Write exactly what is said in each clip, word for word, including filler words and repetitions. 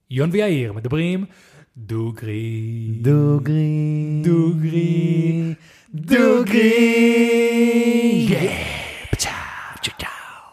יון ויאיר מדברים דוגרי. דוגרי. דוגרי. דוגרי. פצ'או. פצ'או.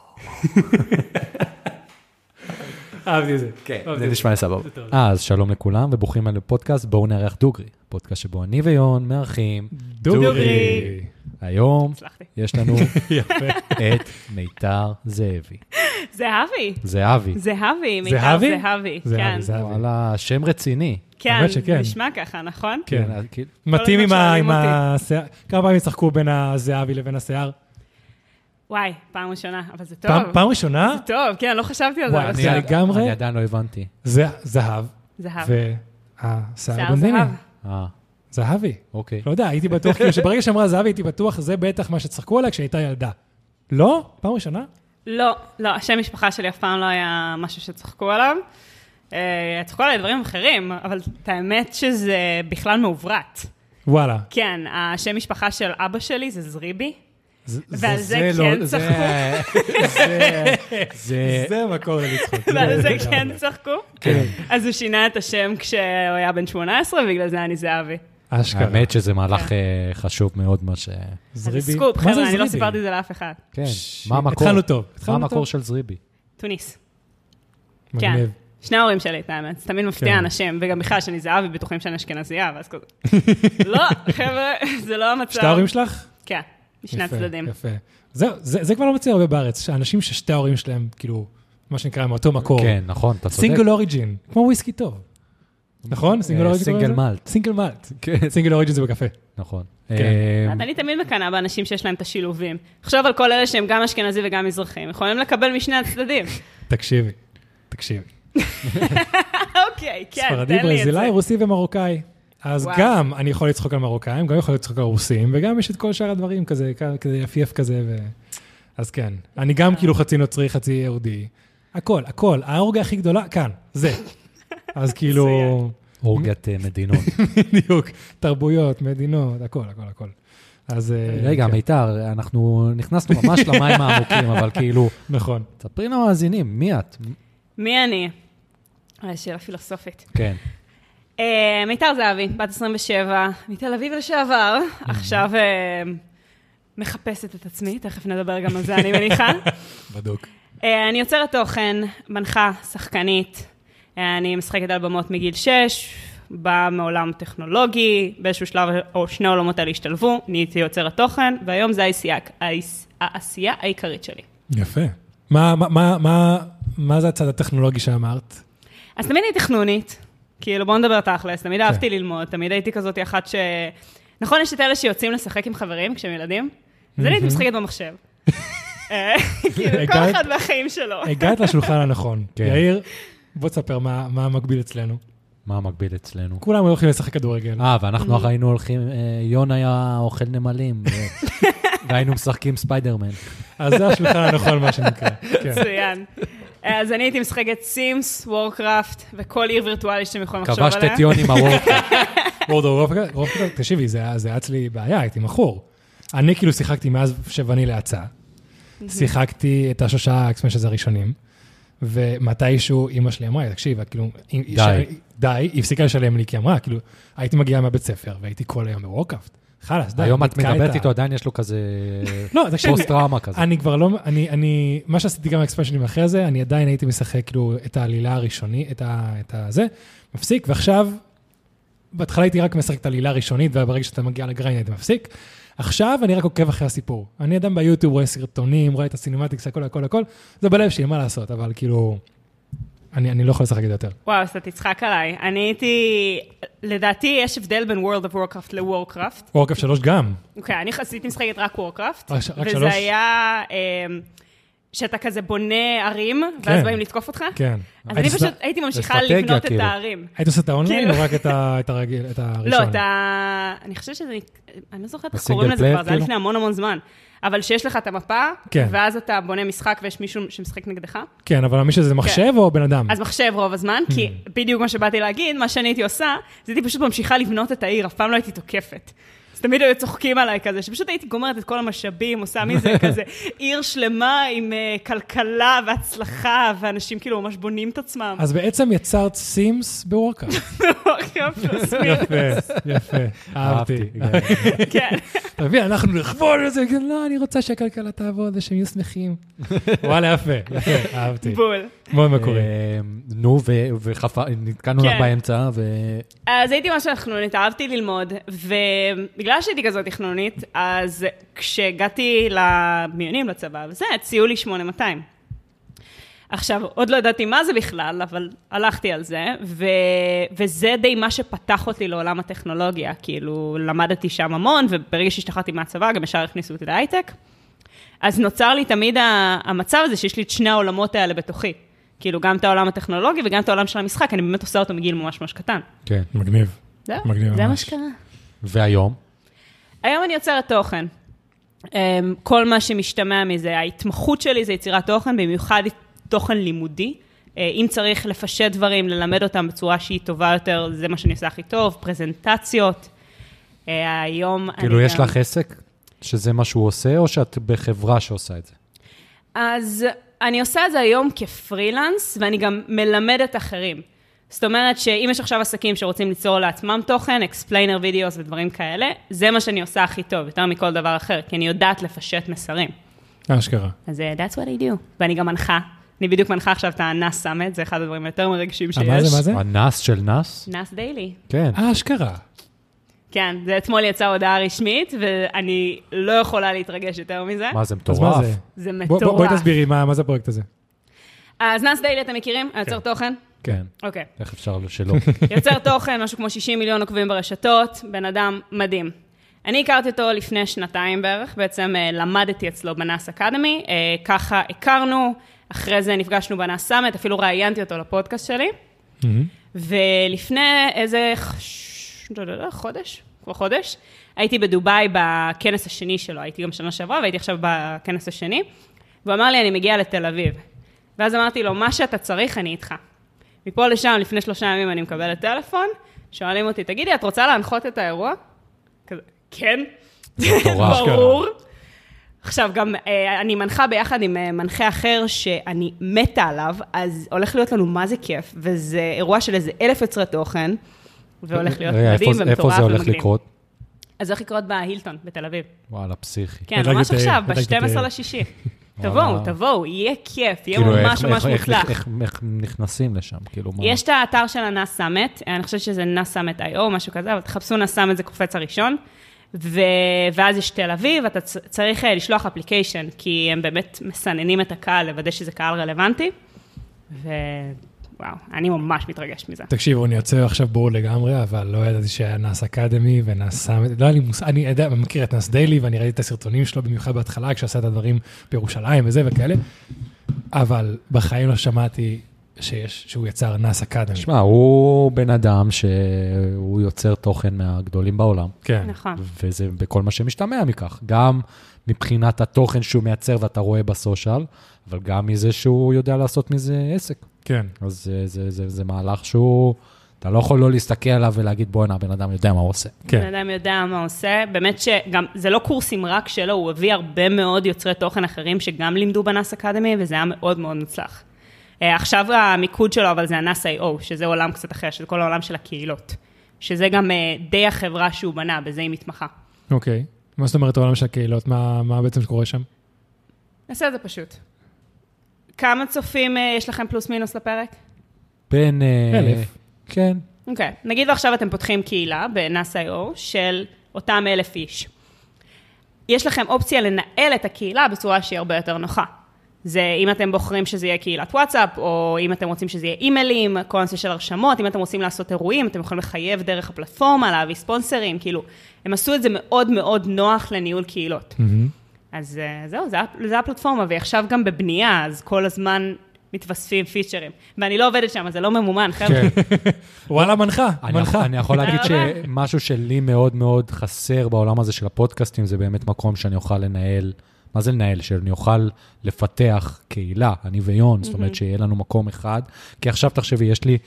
אהבתי את זה. כן, זה נשמע סבבה. אז שלום לכולם וברוכים על הפודקאסט, בואו נערך דוגרי. פודקאסט שבו אני ויון מארחים דוגרי. היום יש לנו את מיתר זאבי. זהבי. זהבי. זהבי, מיתר זהבי? זהבי. זהבי, כן. זהבי. וואלה, שם רציני. כן, האמת שכן. נשמע ככה, נכון? כן. אז כאילו- מתאים עם הזמן ה- שואלים עם אותי. השיער. כמה פעמים ישחקו בין הזהבי לבין השיער? וואי, פעם ראשונה, אבל זה טוב. פעם- פעם ראשונה? זה טוב, כן, לא חשבתי על זה. וואי, אבל אני זה- לגמרי- אני עדיין לא הבנתי. זה זהב. זהב. והשיער שיער בלונדיני. זהב. אה, זהבי. אוקיי. לא יודע, הייתי בטוח, כאילו שברגע שאמרה זהבי, הייתי בטוח, זה בטח מה שצחקו עליה כשהייתה ילדה. לא? פעם ראשונה? לא, לא, השם משפחה שלי אף פעם לא היה משהו שצחקו עליו. אה, צחקו עליי דברים אחרים, אבל את האמת שזה בכלל מעוברת. וואלה. כן, השם משפחה של אבא שלי זה זריבי. זה- ועל זה לא- כן זה- צחקו. זה- זה... זה מקור לצחוק. ועל זה לגמרי. כן צחקו. כן. אז הוא שינה את השם כשהוא היה בן שמונה עשרה, ובגלל זה אני זהבי. אשכרה. האמת שזה מהלך אה, חשוב מאוד מה ש... זריבי. אז סקופ, מה זה חבר'ה, אני לא זריבי? סיפרתי את זה לאף אחד. כן, ש- מה המקור? התחלנו טוב. מה התחלנו המקור טוב. של זריבי? טוניס. מגניב. כן. שני ההורים שלי, את האמת. זה תמיד מפתיע כן. אנשים, וגם בכלל שאני זהבי, בטוחים שאני אשכנזייה, ואז כזה. לא, חבר'ה, זה לא המצב. שתי ההורים שלך? כן, משני יפה, הצדדים. יפה. זהו, זה זה כבר לא מציע הרבה בארץ, שאנשים ששתי ההורים שלהם, כאילו, מה שנקרא, מאותו מקור. כן, נכון, אתה צודק. סינגל אוריג'ין, כמו וויסקי טוב. נכון? סינגל אוריג'ין. סינגל מלט. סינגל מלט. כן. סינגל אוריג'ין זה בקפה. נכון. כן. אה, אז אני תמיד מקנאה באנשים שיש להם את השילובים. חשוב על כל אלה שהם גם אשכנזי וגם מזרחים. יכולים לקבל משני הצדדים. תקשיבי, תקשיבי. אוקיי, כן, ספרדי, תן לי את זה. ברזילאי, רוסי ומרוקאי. אז וואו. גם אני יכול לצחוק על מרוקאים, גם יכול לצחוק על רוסים, וגם יש את כל שאר הדברים כזה, כזה יפייף כזה. ו... אז כן, אני גם כאילו חצי נוצרי, חצי יהודי. הכל, הכל. האורגיה הכי גדולה, כאן, זה. אז כאילו, אורגיית אה, מדינות. בדיוק, תרבויות, מדינות, הכל, הכל, הכל. אז... אה, רגע, כן, מיתר, אנחנו נכנסנו ממש למים העמוקים, אבל כאילו, נכון. תספרי למאזינים, מי את? מי אני? אה, שאלה פילוסופית. כן. אה, מיתר זהבי, בת עשרים ושבע, מתל אביב לשעבר, עכשיו אה, מחפשת את עצמי, תכף נדבר גם על זה, אני מניחה. בדוק. אה, אני יוצרת תוכן, מנחה, שחקנית, אה, אני משחקת על במות מגיל שש, באה מעולם טכנולוגי, באיזשהו שלב או שני עולמות האלה השתלבו, נהייתי יוצרת תוכן, והיום זה העשייה, העשייה העיקרית שלי. יפה. מה, מה, מה, מה, מה זה הצד הטכנולוגי שאמרת? אז תמיד הייתי תכנונית, כאילו בוא נדבר תכלס, תמיד אהבתי ללמוד, תמיד הייתי כזאת אחת ש... נכון, יש את אלה שיוצאים לשחק עם חברים כשהם ילדים, אז אני הייתי משחקת במחשב. אה, כאילו, כל הגעת- אחד והחיים שלו. הגעת לשולחן הנכון. כן. יאיר, בוא תספר מה, מה המקביל אצלנו. מה המקביל אצלנו? כולם היו הולכים לשחק כדורגל. אה, ואנחנו היינו הולכים, אה, יון היה אוכל נמלים, ו- והיינו משחקים ספיידרמן. אז זה השולחן הנכון, מה שנקרא. כן. מצוין. אז אני הייתי משחקת סימס, וורקראפט, וכל עיר וירטואלית שאתם יכולים לחשוב עליה. כבשת את יון עם הוורקראפט. וורד אוף וורקראפט, תקשיבי, זה היה- זה היה אצלי בעיה, הייתי מכור. אני כאילו שיחקתי מאז שבני להצעה. שיחקתי את השלושה אקספנשנס הראשונים, ומתישהו אמא שלי אמרה, תקשיב, כאילו, די. די, היא הפסיקה לשלם לי, כי אמרה, כאילו, הייתי מגיעה מהבית ספר, והייתי כל היום בוורקראפט. חלאס, די. היום את נתקע מדברת ה- איתו, עדיין יש לו כזה לא, תקשיבי, פוסט טראומה כזה. אני כבר לא, אני, אני, מה שעשיתי גם האקספנשנים אחרי זה, אני עדיין הייתי משחק כאילו את העלילה הראשונית, את ה, את הזה, מפסיק, ועכשיו, בהתחלה הייתי רק משחק את העלילה הראשונית, וברגע שאתה מגיע לגריין הייתי מפסיק. עכשיו אני רק עוקב אחרי הסיפור. אני אדם ביוטיוב, רואה סרטונים, רואה את הסינמטיקס, הכל, הכל, הכל, זה בלב שלי, מה לעשות, אבל כאילו, אני, אני לא יכול לשחק את זה יותר. וואו, אז אתה תצחק עליי. אני הייתי, לדעתי יש הבדל בין World of Warcraft ל-Warcraft. וורקראפט שלוש גם. אוקיי, אני חסיתי משחקת רק Warcraft. רק ש- רק וזה שלוש? היה אמ, שאתה כזה בונה ערים, ואז כן. באים לתקוף אותך. כן. אז היית אני עושה- פשוט הייתי ממשיכה אסטרטגיה, לבנות את כאילו. הערים. היית עושה את האונליין, או כאילו. רק את ה- את הרגיל, את הראשון? לא, אתה... אני חושבת שזה... אני לא זוכרת איך בסינגל קוראים לזה פלייר, כבר, זה היה כאילו? לפני המון המון זמן. אבל שיש לך את המפה, כן. ואז אתה בונה משחק ויש מישהו שמשחק נגדך. כן, אבל מי שזה מחשב או בן אדם? אז מחשב רוב הזמן, כי בדיוק מה שבאתי להגיד, מה שאני הייתי עושה, זה הייתי פשוט ממשיכה לבנות את העיר, אף פעם לא הייתי תוקפת. זאת תמיד היו צוחקים עליי כזה, שפשוט הייתי גומרת את כל המשאבים, עושה מזה כזה עיר שלמה עם כלכלה והצלחה, ואנשים כאילו ממש בונים את עצמם. אז בעצם יצרת סימס בוורקאפ. בוורקאפ פלוס מינוס. יפה, יפה, אהבתי. כן. אתה מבין, אנחנו נכבוד את זה, לא, אני רוצה שהכלכלה תעבוד ושהם יהיו שמחים. וואלה, יפה, יפה, אהבתי. בול. מאוד מקורי. נו, ונתקענו לך באמצע, ו... אז הייתי משהו תכנונית, אהבתי ללמוד, ובגלל שהייתי כזאת תכנונית, אז כשהגעתי למיונים, לצבא, וזה, הציעו לי שמונה מאתיים. עכשיו, עוד לא ידעתי מה זה בכלל, אבל הלכתי על זה, ו... וזה די מה שפתח אותי לעולם הטכנולוגיה, כאילו למדתי שם המון, וברגע שהשתחררתי מהצבא, גם ישר הכניסו אותי להייטק. אז נוצר לי תמיד המצב הזה שיש לי את שני העולמות האלה בתוכי. כאילו גם את העולם הטכנולוגי וגם את העולם של המשחק, אני באמת עושה אותו מגיל ממש ממש קטן. כן. מגניב. זהו, מגניב זה ממש. מה שקרה. והיום? היום אני יוצרת תוכן. כל מה שמשתמע מזה, ההתמחות שלי זה יצירת תוכן, במיוחד תוכן לימודי. אם צריך לפשט דברים, ללמד אותם בצורה שהיא טובה יותר, זה מה שאני עושה הכי טוב, פרזנטציות. היום כאילו יש לך עסק שזה מה שהוא עושה, או שאת בחברה שעושה את זה? אז אני עושה את זה היום כפרילנס, ואני גם מלמדת אחרים. זאת אומרת שאם יש עכשיו עסקים שרוצים ליצור לעצמם תוכן, explainer videos ודברים כאלה, זה מה שאני עושה הכי טוב, יותר מכל דבר אחר, כי אני יודעת לפשט מסרים. אשכרה. אז that's what I do. ואני גם מנחה. אני בדיוק מנחה עכשיו את הנאס סאמט, זה אחד הדברים היותר מרגשים שיש. מה זה, מה זה? הנאס של נאס? נאס דיילי. כן. אשכרה. כן, זה אתמול יצאה הודעה רשמית, ואני לא יכולה להתרגש יותר מזה. מה זה אז מה מטורף? זה? זה בוא- מטורף. בוא- בואי תסבירי, מה מה זה הפרויקט הזה? אז נאס דיילי, אתם מכירים? היוצר תוכן? כן. אוקיי. איך אפשר שלא? יוצר תוכן, משהו כמו שישים מיליון עוקבים ברשתות, בן אדם מדהים. אני הכרתי אותו לפני שנתיים בערך, בעצם אה, למדתי אצלו בנאס אקדמי, אה, ככה הכרנו, אחרי זה נפגשנו בנאס סאמט, אפילו ראיינתי אותו לפודקאסט שלי, ולפני איזה ח- לא יודע, חודש, כבר חודש, הייתי בדובאי בכנס השני שלו, הייתי גם שנה שעברה, והייתי עכשיו בכנס השני, והוא אמר לי, אני מגיע לתל אביב. ואז אמרתי לו, מה שאתה צריך, אני איתך. מפה לשם, לפני שלושה ימים אני מקבלת טלפון, שואלים אותי, תגידי, את רוצה להנחות את האירוע? כזה, כן. מטורף. ברור. עכשיו, גם אה, אני מנחה ביחד עם אה, מנחה אחר שאני מתה עליו, אז הולך להיות לנו מה זה כיף, וזה אירוע של איזה אלף יוצרי תוכן, והולך להיות רגע, מדהים איפה- ומטורף איפה זה הולך ומגניב. לקרות? אז זה הולך לקרות בהילטון, בתל אביב. וואלה, פסיכי. כן, הדלקת ממש את העיר, עכשיו, הדלקת את ב-שנים עשר העיר. לשישי. וואלה. תבואו, תבואו, יהיה כיף, יהיה כאילו, ממש איך- ממש איך- מוצלח. איך- איך- איך נכנסים לשם? כאילו, מה? יש את האתר של הנאס סאמט, אני חושבת שזה נאס סאמט איי או, משהו כזה, אבל תחפשו נאס סאמט, זה קופץ הראשון, ו... ואז יש תל אביב, אתה צ- צריך לשלוח אפליקיישן, כי הם באמת מסננים את הקהל, לוודא שזה קהל רלוונטי, ווואו, אני ממש מתרגשת מזה. תקשיבו, אני יוצא עכשיו ברור לגמרי, אבל לא ידעתי שהיה נאס אקדמי ונאס סאמט, לא היה לי מושג, אני יודע, מכיר את נאס דיילי, ואני ראיתי את הסרטונים שלו במיוחד בהתחלה, כשעשה את הדברים בירושלים וזה וכאלה, אבל בחיים לא שמעתי שיש, שהוא יצר נאס אקדמי. תשמע, הוא בן אדם שהוא יוצר תוכן מהגדולים בעולם, כן. נכון. וזה בכל מה שמשתמע מכך. גם מבחינת התוכן שהוא מייצר ואתה רואה בסושיאל, אבל גם מזה שהוא יודע לעשות מזה עסק. כן. אז זה, זה, זה, זה מהלך שהוא, אתה לא יכול לא להסתכל עליו ולהגיד, בואי, הבן אדם יודע מה הוא עושה. כן. בן אדם יודע מה הוא עושה, באמת שגם, זה לא קורסים רק שלו, הוא הביא הרבה מאוד יוצרי תוכן אחרים שגם לימדו בנאס אקדמי, וזה היה מאוד מאוד מוצלח. עכשיו המיקוד שלו, אבל זה הנאס איי או, שזה עולם קצת אחר, שזה כל העולם של הקהילות, שזה גם די החברה שהוא בנה, בזה היא מתמחה. אוקיי. מה זאת אומרת העולם של הקהילות? מה, מה בעצם קורה שם? נעשה את זה פשוט. כמה צופים יש לכם פלוס מינוס לפרק? בין... אלף. כן. אוקיי. נגיד ועכשיו אתם פותחים קהילה בנאס איי או של אותם אלף איש. יש לכם אופציה לנהל את הקהילה בצורה שהיא הרבה יותר נוחה. זה אם אתם בוחרים שזה יהיה קהילת וואטסאפ, או אם אתם רוצים שזה יהיה אימיילים, כל הנושא של הרשמות, אם אתם רוצים לעשות אירועים, אתם יכולים לחייב דרך הפלטפורמה, להביא ספונסרים, כאילו, הם עשו את זה מאוד מאוד נוח לניהול קהילות. אז זהו, זה, זה הפלטפורמה, ועכשיו גם בבנייה, אז כל הזמן מתווספים פיצ'רים. ואני לא עובדת שם, אז זה לא ממומן, חבר'ה. וואלה, מנחה, אני מנחה. יכול- אני יכול להגיד שמשהו שלי מאוד מאוד חסר בעולם הזה של הפודקאסטים, זה באמת מקום שאני אוכל לנהל, מה זה לנהל? שאני אוכל לפתח קהילה, אני ויון, זאת אומרת שיהיה לנו מקום אחד, כי עכשיו תחשבי, יש לי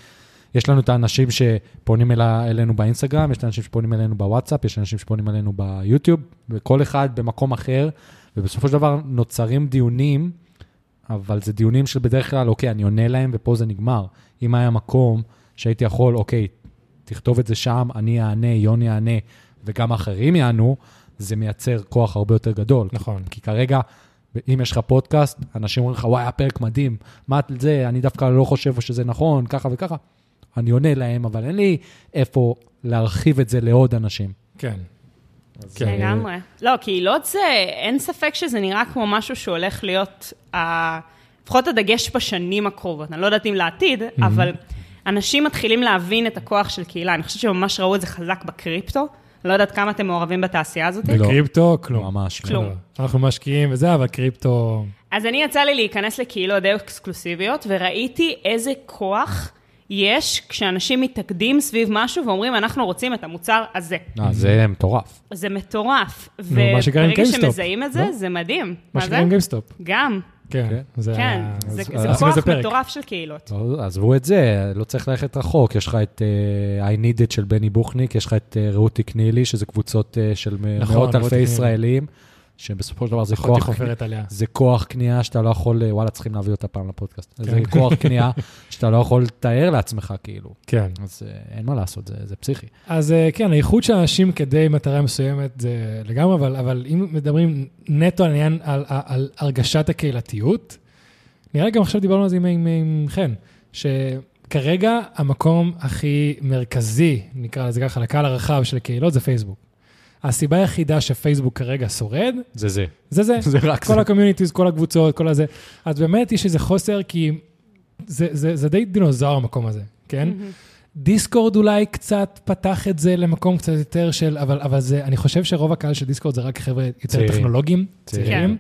יש לנו את האנשים שפונים אל, אלינו באינסטגרם, יש את האנשים שפונים אלינו בוואטסאפ, יש אנשים שפונים אלינו ביוטיוב, וכל אחד במקום אחר, ובסופו של דבר נוצרים דיונים, אבל זה דיונים של בדרך כלל, אוקיי, אני עונה להם ופה זה נגמר. אם היה מקום שהייתי יכול, אוקיי, תכתוב את זה שם, אני אענה, יוני יענה, וגם אחרים יענו, זה מייצר כוח הרבה יותר גדול. נכון. כי, כי כרגע, אם יש לך פודקאסט, אנשים אומרים לך, וואי, הפרק מדהים, מה זה, אני דווקא לא חושב שזה נכון, ככה וככה. אני עונה להם, אבל אין לי איפה להרחיב את זה לעוד אנשים. כן. כן, לגמרי. לא, קהילות זה, אין ספק שזה נראה כמו משהו שהולך להיות, לפחות הדגש בשנים הקרובות. אני לא יודעת אם לעתיד, אבל אנשים מתחילים להבין את הכוח של קהילה. אני חושבת שממש ראו את זה חזק בקריפטו. לא יודעת כמה אתם מעורבים בתעשייה הזאת. בקריפטו, כלום. ממש. כלום. אנחנו משקיעים וזה, אבל קריפטו... אז אני יצא לי להיכנס לקהילות די אקסקלוסיביות, וראיתי איזה כוח יש כשאנשים מתאגדים סביב משהו ואומרים, אנחנו רוצים את המוצר הזה. אה, זה מטורף. זה מטורף. מה שקרה עם וברגע גיימסטופ. שמזהים את זה, זה מדהים. מה שקרה עם גיימסטופ. גם. כן. זה כן, היה- זה אז- זה עשינו כוח איזה פרק. מטורף של קהילות. לא, עזבו את זה, לא צריך ללכת רחוק. יש לך את uh, I Need It של בני בוכניק, יש לך את uh, רעותי קנילי, שזה קבוצות uh, של נכון, מאות רעותי אלפי קנילי. ישראלים, שבסופו של דבר זה אחותי כוח, חופרת עליה. זה כוח קנייה שאתה לא יכול, uh, וואלה, צריכים להביא אותה פעם לפודקאסט. כן. זה כוח קנייה שאתה לא יכול לתאר לעצמך, כאילו. כן. אז uh, אין מה לעשות, זה, זה פסיכי. אז אה, כן, האיחוד של אנשים כדי מטרה מסוימת זה לגמרי, אבל, אבל אם מדברים נטו על עניין, על, על, על הרגשת הקהילתיות, נראה גם עכשיו דיברנו על זה עם, עם, עם חן, שכרגע המקום הכי מרכזי, נקרא לזה ככה, לקהל הרחב של הקהילות, זה פייסבוק. הסיבה היחידה שפייסבוק כרגע שורד, זה זה. זה זה. זה רק כל זה. הקומיוניטיז, כל הקבוצות, כל הזה. אז באמת יש איזה חוסר, כי זה, זה, זה די דינוזאור המקום הזה, כן? דיסקורד אולי קצת פתח את זה למקום קצת יותר של, אבל, אבל זה, אני חושב שרוב הקהל של דיסקורד זה רק חבר'ה יותר צעירים. טכנולוגיים, צעירים. צעירים.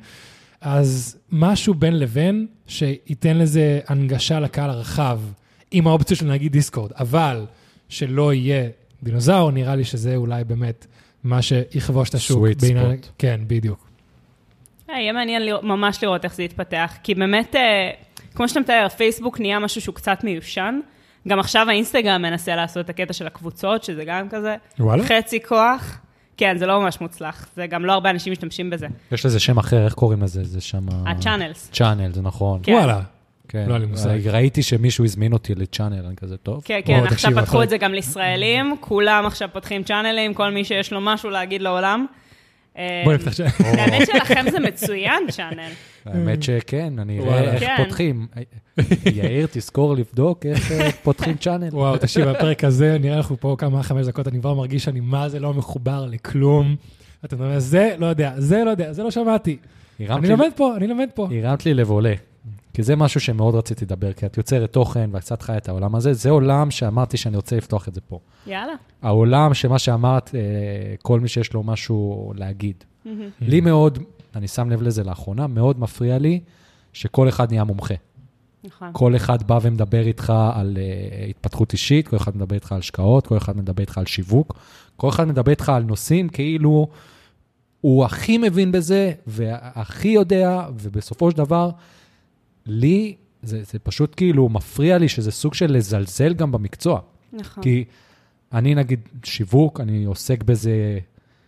אז משהו בין לבין, שייתן לזה הנגשה לקהל הרחב, עם האופציה של נגיד דיסקורד, אבל שלא יהיה דינוזאור, נראה לי שזה אולי באמת מה שיכבוש את השוק. Sweet בעניין- spot. כן, בדיוק. יהיה מעניין לראות- ממש לראות איך זה יתפתח, כי באמת, אה, כמו שאתה מתאר, פייסבוק נהיה משהו שהוא קצת מיושן, גם עכשיו האינסטגרם מנסה לעשות את הקטע של הקבוצות, שזה גם כזה וואלה? חצי כוח. כן, זה לא ממש מוצלח, זה גם לא הרבה אנשים משתמשים בזה. יש לזה שם אחר, איך קוראים לזה? זה שם... ה-channels. צ'אנל, זה נכון. כן. וואלה. כן. לא היה לי מושג. ראיתי שמישהו הזמין אותי לצ'אנל, אני כזה טוב. כן, או, כן, תקשיב, עכשיו פתחו יכול- את זה גם לישראלים, כולם עכשיו פותחים צ'אנלים, כל מי שיש לו משהו להגיד לעולם. בוא נפתח ש... האמת שלכם זה מצוין, צ'אנל. האמת שכן, אני וואלה. אראה איך כן. פותחים. יאיר, תזכור לבדוק איך אה, פותחים צ'אנל. וואו, תקשיב, בפרק הזה, נראה אנחנו פה כמה חמש דקות, אני כבר מרגיש שאני מה זה לא מחובר לכלום. אתה אומר, זה לא יודע, זה לא יודע, זה לא שמעתי. הרמת אני לי- לומד פה, אני לומד פה. הרמת לי לב עולה. כי זה משהו שמאוד רציתי לדבר, כי את יוצרת תוכן ואת קצת חיה את העולם הזה, זה עולם שאמרתי שאני רוצה לפתוח את זה פה. יאללה. העולם שמה שאמרת, אה, כל מי שיש לו משהו להגיד. לי מאוד, אני שם לב לזה לאחרונה, מאוד מפריע לי שכל אחד נהיה מומחה. נכון. כל אחד בא ומדבר איתך על uh, התפתחות אישית, כל אחד מדבר איתך על השקעות, כל אחד מדבר איתך על שיווק, כל אחד מדבר איתך על נושאים כאילו הוא הכי מבין בזה והכי יודע, ובסופו של דבר, לי זה, זה פשוט כאילו מפריע לי שזה סוג של לזלזל גם במקצוע. נכון. כי אני נגיד שיווק, אני עוסק בזה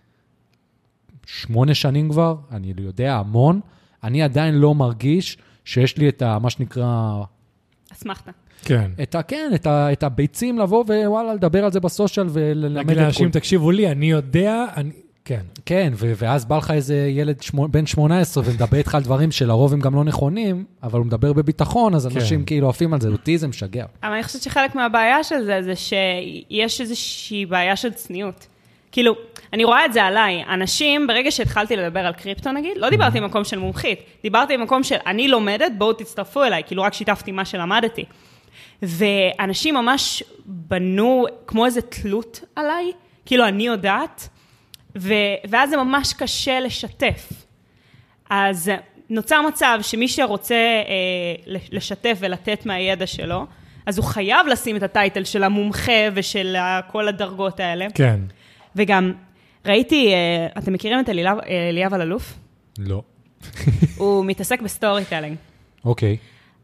שמונה שנים כבר, אני יודע המון, אני עדיין לא מרגיש שיש לי את ה, מה שנקרא, אסמכת. כן. את ה, כן, את ה, את הביצים לבוא ווואלה, לדבר על זה בסושיאל וללמד להגיד את כל... לאנשים, תקשיבו לי, אני יודע, אני... כן. כן, ו- ואז בא לך איזה ילד שמו, בן שמונה עשרה ומדבר איתך על דברים שלרוב הם גם לא נכונים, אבל הוא מדבר בביטחון, אז אנשים כן. כאילו עפים על זה, אותי זה משגע. אבל אני חושבת שחלק מהבעיה של זה, זה שיש איזושהי בעיה של צניעות. כאילו, אני רואה את זה עליי. אנשים, ברגע שהתחלתי לדבר על קריפטו, נגיד, לא דיברתי במקום של מומחית, דיברתי במקום של אני לומדת, בואו תצטרפו אליי, כאילו רק שיתפתי מה שלמדתי. ואנשים ממש בנו כמו איזה תלות עליי, כאילו אני יודעת, ו- ואז זה ממש קשה לשתף. אז נוצר מצב שמי שרוצה אה, לשתף ולתת מהידע שלו, אז הוא חייב לשים את הטייטל של המומחה ושל כל הדרגות האלה. כן. וגם ראיתי, אה, אתם מכירים את אליאב, אליאב אלאלוף? לא. הוא מתעסק בסטורי טלינג. אוקיי.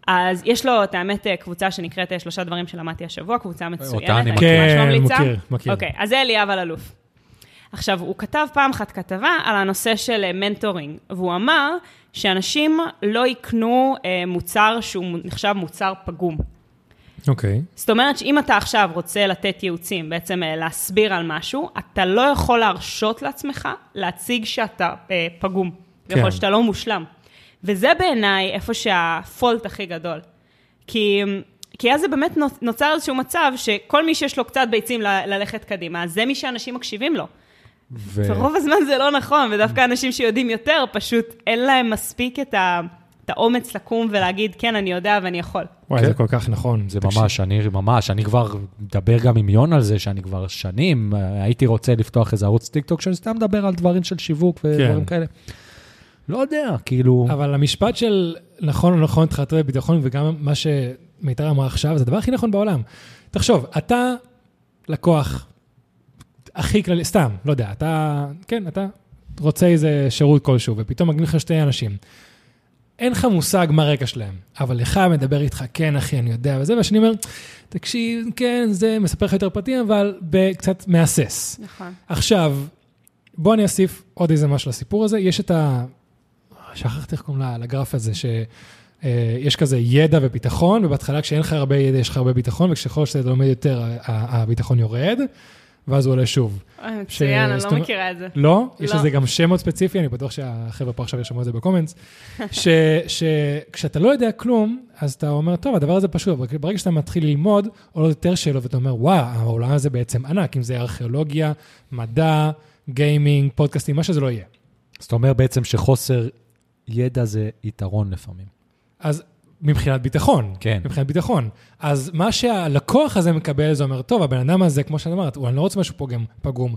אז יש לו, את האמת, קבוצה שנקראת שלושה דברים שלמדתי השבוע, קבוצה מצוינת. אותה אני כן, מכיר, מכיר. אוקיי, אז זה אליאב אלאלוף. עכשיו, הוא כתב פעם אחת כתבה על הנושא של מנטורינג, והוא אמר שאנשים לא יקנו מוצר שהוא נחשב מוצר פגום. אוקיי. זאת אומרת שאם אתה עכשיו רוצה לתת ייעוצים, בעצם להסביר על משהו, אתה לא יכול להרשות לעצמך להציג שאתה פגום, כן. יכול שאתה לא מושלם. וזה בעיניי איפה שהפולט הכי גדול. כי, כי אז זה באמת נוצר איזשהו מצב שכל מי שיש לו קצת ביצים ל- ללכת קדימה, אז זה מי שאנשים מקשיבים לו. ו... ורוב הזמן זה לא נכון, ודווקא אנשים שיודעים יותר, פשוט אין להם מספיק את, ה, את האומץ לקום ולהגיד, כן, אני יודע ואני יכול. וואי, כן. זה כל כך נכון. זה ממש, אני ממש, אני כבר מדבר גם עם יון על זה, שאני כבר שנים, הייתי רוצה לפתוח איזה ערוץ טיקטוק, שאני סתם מדבר על דברים של שיווק ודברים כן. כאלה. לא יודע, כאילו... אבל המשפט של נכון או נכון תחתרי בביטחון, וגם מה שמיתר אמרה עכשיו, זה הדבר הכי נכון בעולם. תחשוב, אתה לקוח הכי כללי, סתם, לא יודע, אתה, כן, אתה רוצה איזה שירות כלשהו, ופתאום מגניב לך שתי אנשים. אין לך מושג מה הרקע שלהם, אבל לך מדבר איתך, כן אחי, אני יודע, וזה, והשני אומר, תקשיב, כן, זה מספר לך יותר פרטים, אבל קצת מאסס. נכון. עכשיו, בוא אני אוסיף עוד איזה משהו לסיפור הזה, יש את ה... שכחתי איך קוראים לגרף הזה, שיש כזה ידע וביטחון, ובהתחלה כשאין לך הרבה ידע, יש לך הרבה ביטחון, וכשכל שאתה לומד יותר, הביטחון יורד, ואז הוא עולה שוב. מצוין, אני לא מכירה את זה. לא? יש לזה גם שם מאוד ספציפי, אני בטוח שהחבר'ה פה עכשיו ישמעו את זה בקומנטס, שכשאתה לא יודע כלום, אז אתה אומר, טוב, הדבר הזה פשוט, אבל ברגע שאתה מתחיל ללמוד, עולות יותר שאלות, ואתה אומר, וואו, העולם הזה בעצם ענק, אם זה ארכיאולוגיה, מדע, גיימינג, פודקאסטים, מה שזה לא יהיה. זאת אומרת בעצם שחוסר ידע זה יתרון לפעמים. אז מבחינת ביטחון. כן. מבחינת ביטחון. אז מה שהלקוח הזה מקבל, זה אומר, טוב, הבן אדם הזה, כמו שאני אומרת, הוא אני לא רוצה משהו פוגם, פגום.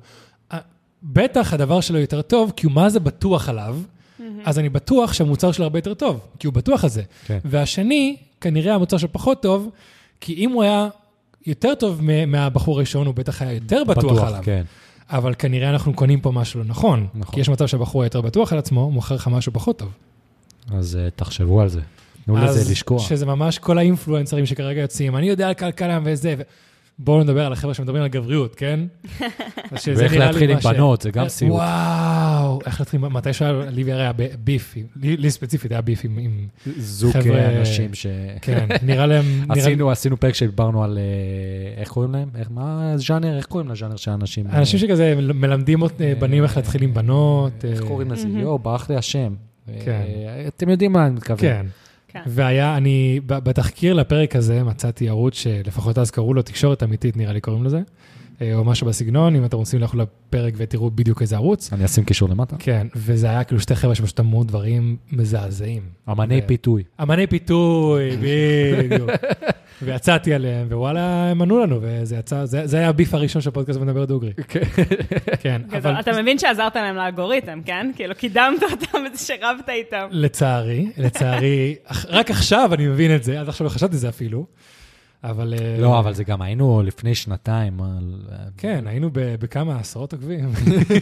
בטח הדבר שלו יותר טוב, כי הוא מה זה בטוח עליו, אז אני בטוח שהמוצר שלו הרבה יותר טוב, כי הוא בטוח על זה. כן. והשני, כנראה המוצר שלו פחות טוב, כי אם הוא היה יותר טוב מהבחור הראשון, הוא בטח היה יותר בטוח, בטוח עליו. כן. אבל כנראה אנחנו קונים פה משהו לא נכון. נכון. כי יש מצב שהבחור יותר בטוח על עצמו, הוא מוכר לך משהו פחות טוב. אז uh, תחשבו על זה. תנו לזה לשקוע. שזה ממש כל האינפלואנסרים שכרגע יוצאים, אני יודע על כלכלה וזה, ו... בואו נדבר על החבר'ה שמדברים על גבריות, כן? ואיך להתחיל עם בנות, זה גם סיוט. וואו, איך להתחיל, מתי שהיה, לי הרי היה ביף, לי ספציפית היה ביף עם זוג אנשים ש... כן, נראה להם... עשינו פרק שדיברנו על, איך קוראים להם? מה הז'אנר? איך קוראים לז'אנר שהאנשים... אנשים שכזה מלמדים בנים איך להתחיל עם בנות. איך קוראים לזה? יו, ברח לי השם. אתם יודעים מה אני מתכוון. כן. והיה, אני, בתחקיר לפרק הזה מצאתי ערוץ שלפחות אז קראו לו תקשורת אמיתית, נראה לי קוראים לזה, או משהו בסגנון, אם אתם רוצים ללכו לפרק ותראו בדיוק איזה ערוץ. אני אשים קישור למטה. כן, וזה היה כאילו שתי חבר'ה שפשוט אמרו דברים מזעזעים. אמני פיתוי. אמני פיתוי, בדיוק. ויצאתי עליהם, ווואלה, הם ענו לנו, וזה יצא, זה היה הביף הראשון של פודקאסט מדבר דוגרי. כן, אבל... אתה מבין שעזרת להם לאלגוריתם, כן? כאילו, קידמת אותם ושרבת איתם. לצערי, לצערי, רק עכשיו אני מבין את זה, עד עכשיו לא חשבתי זה אפילו, אבל... לא, אבל זה גם היינו לפני שנתיים. כן, היינו בכמה עשרות עוקבים.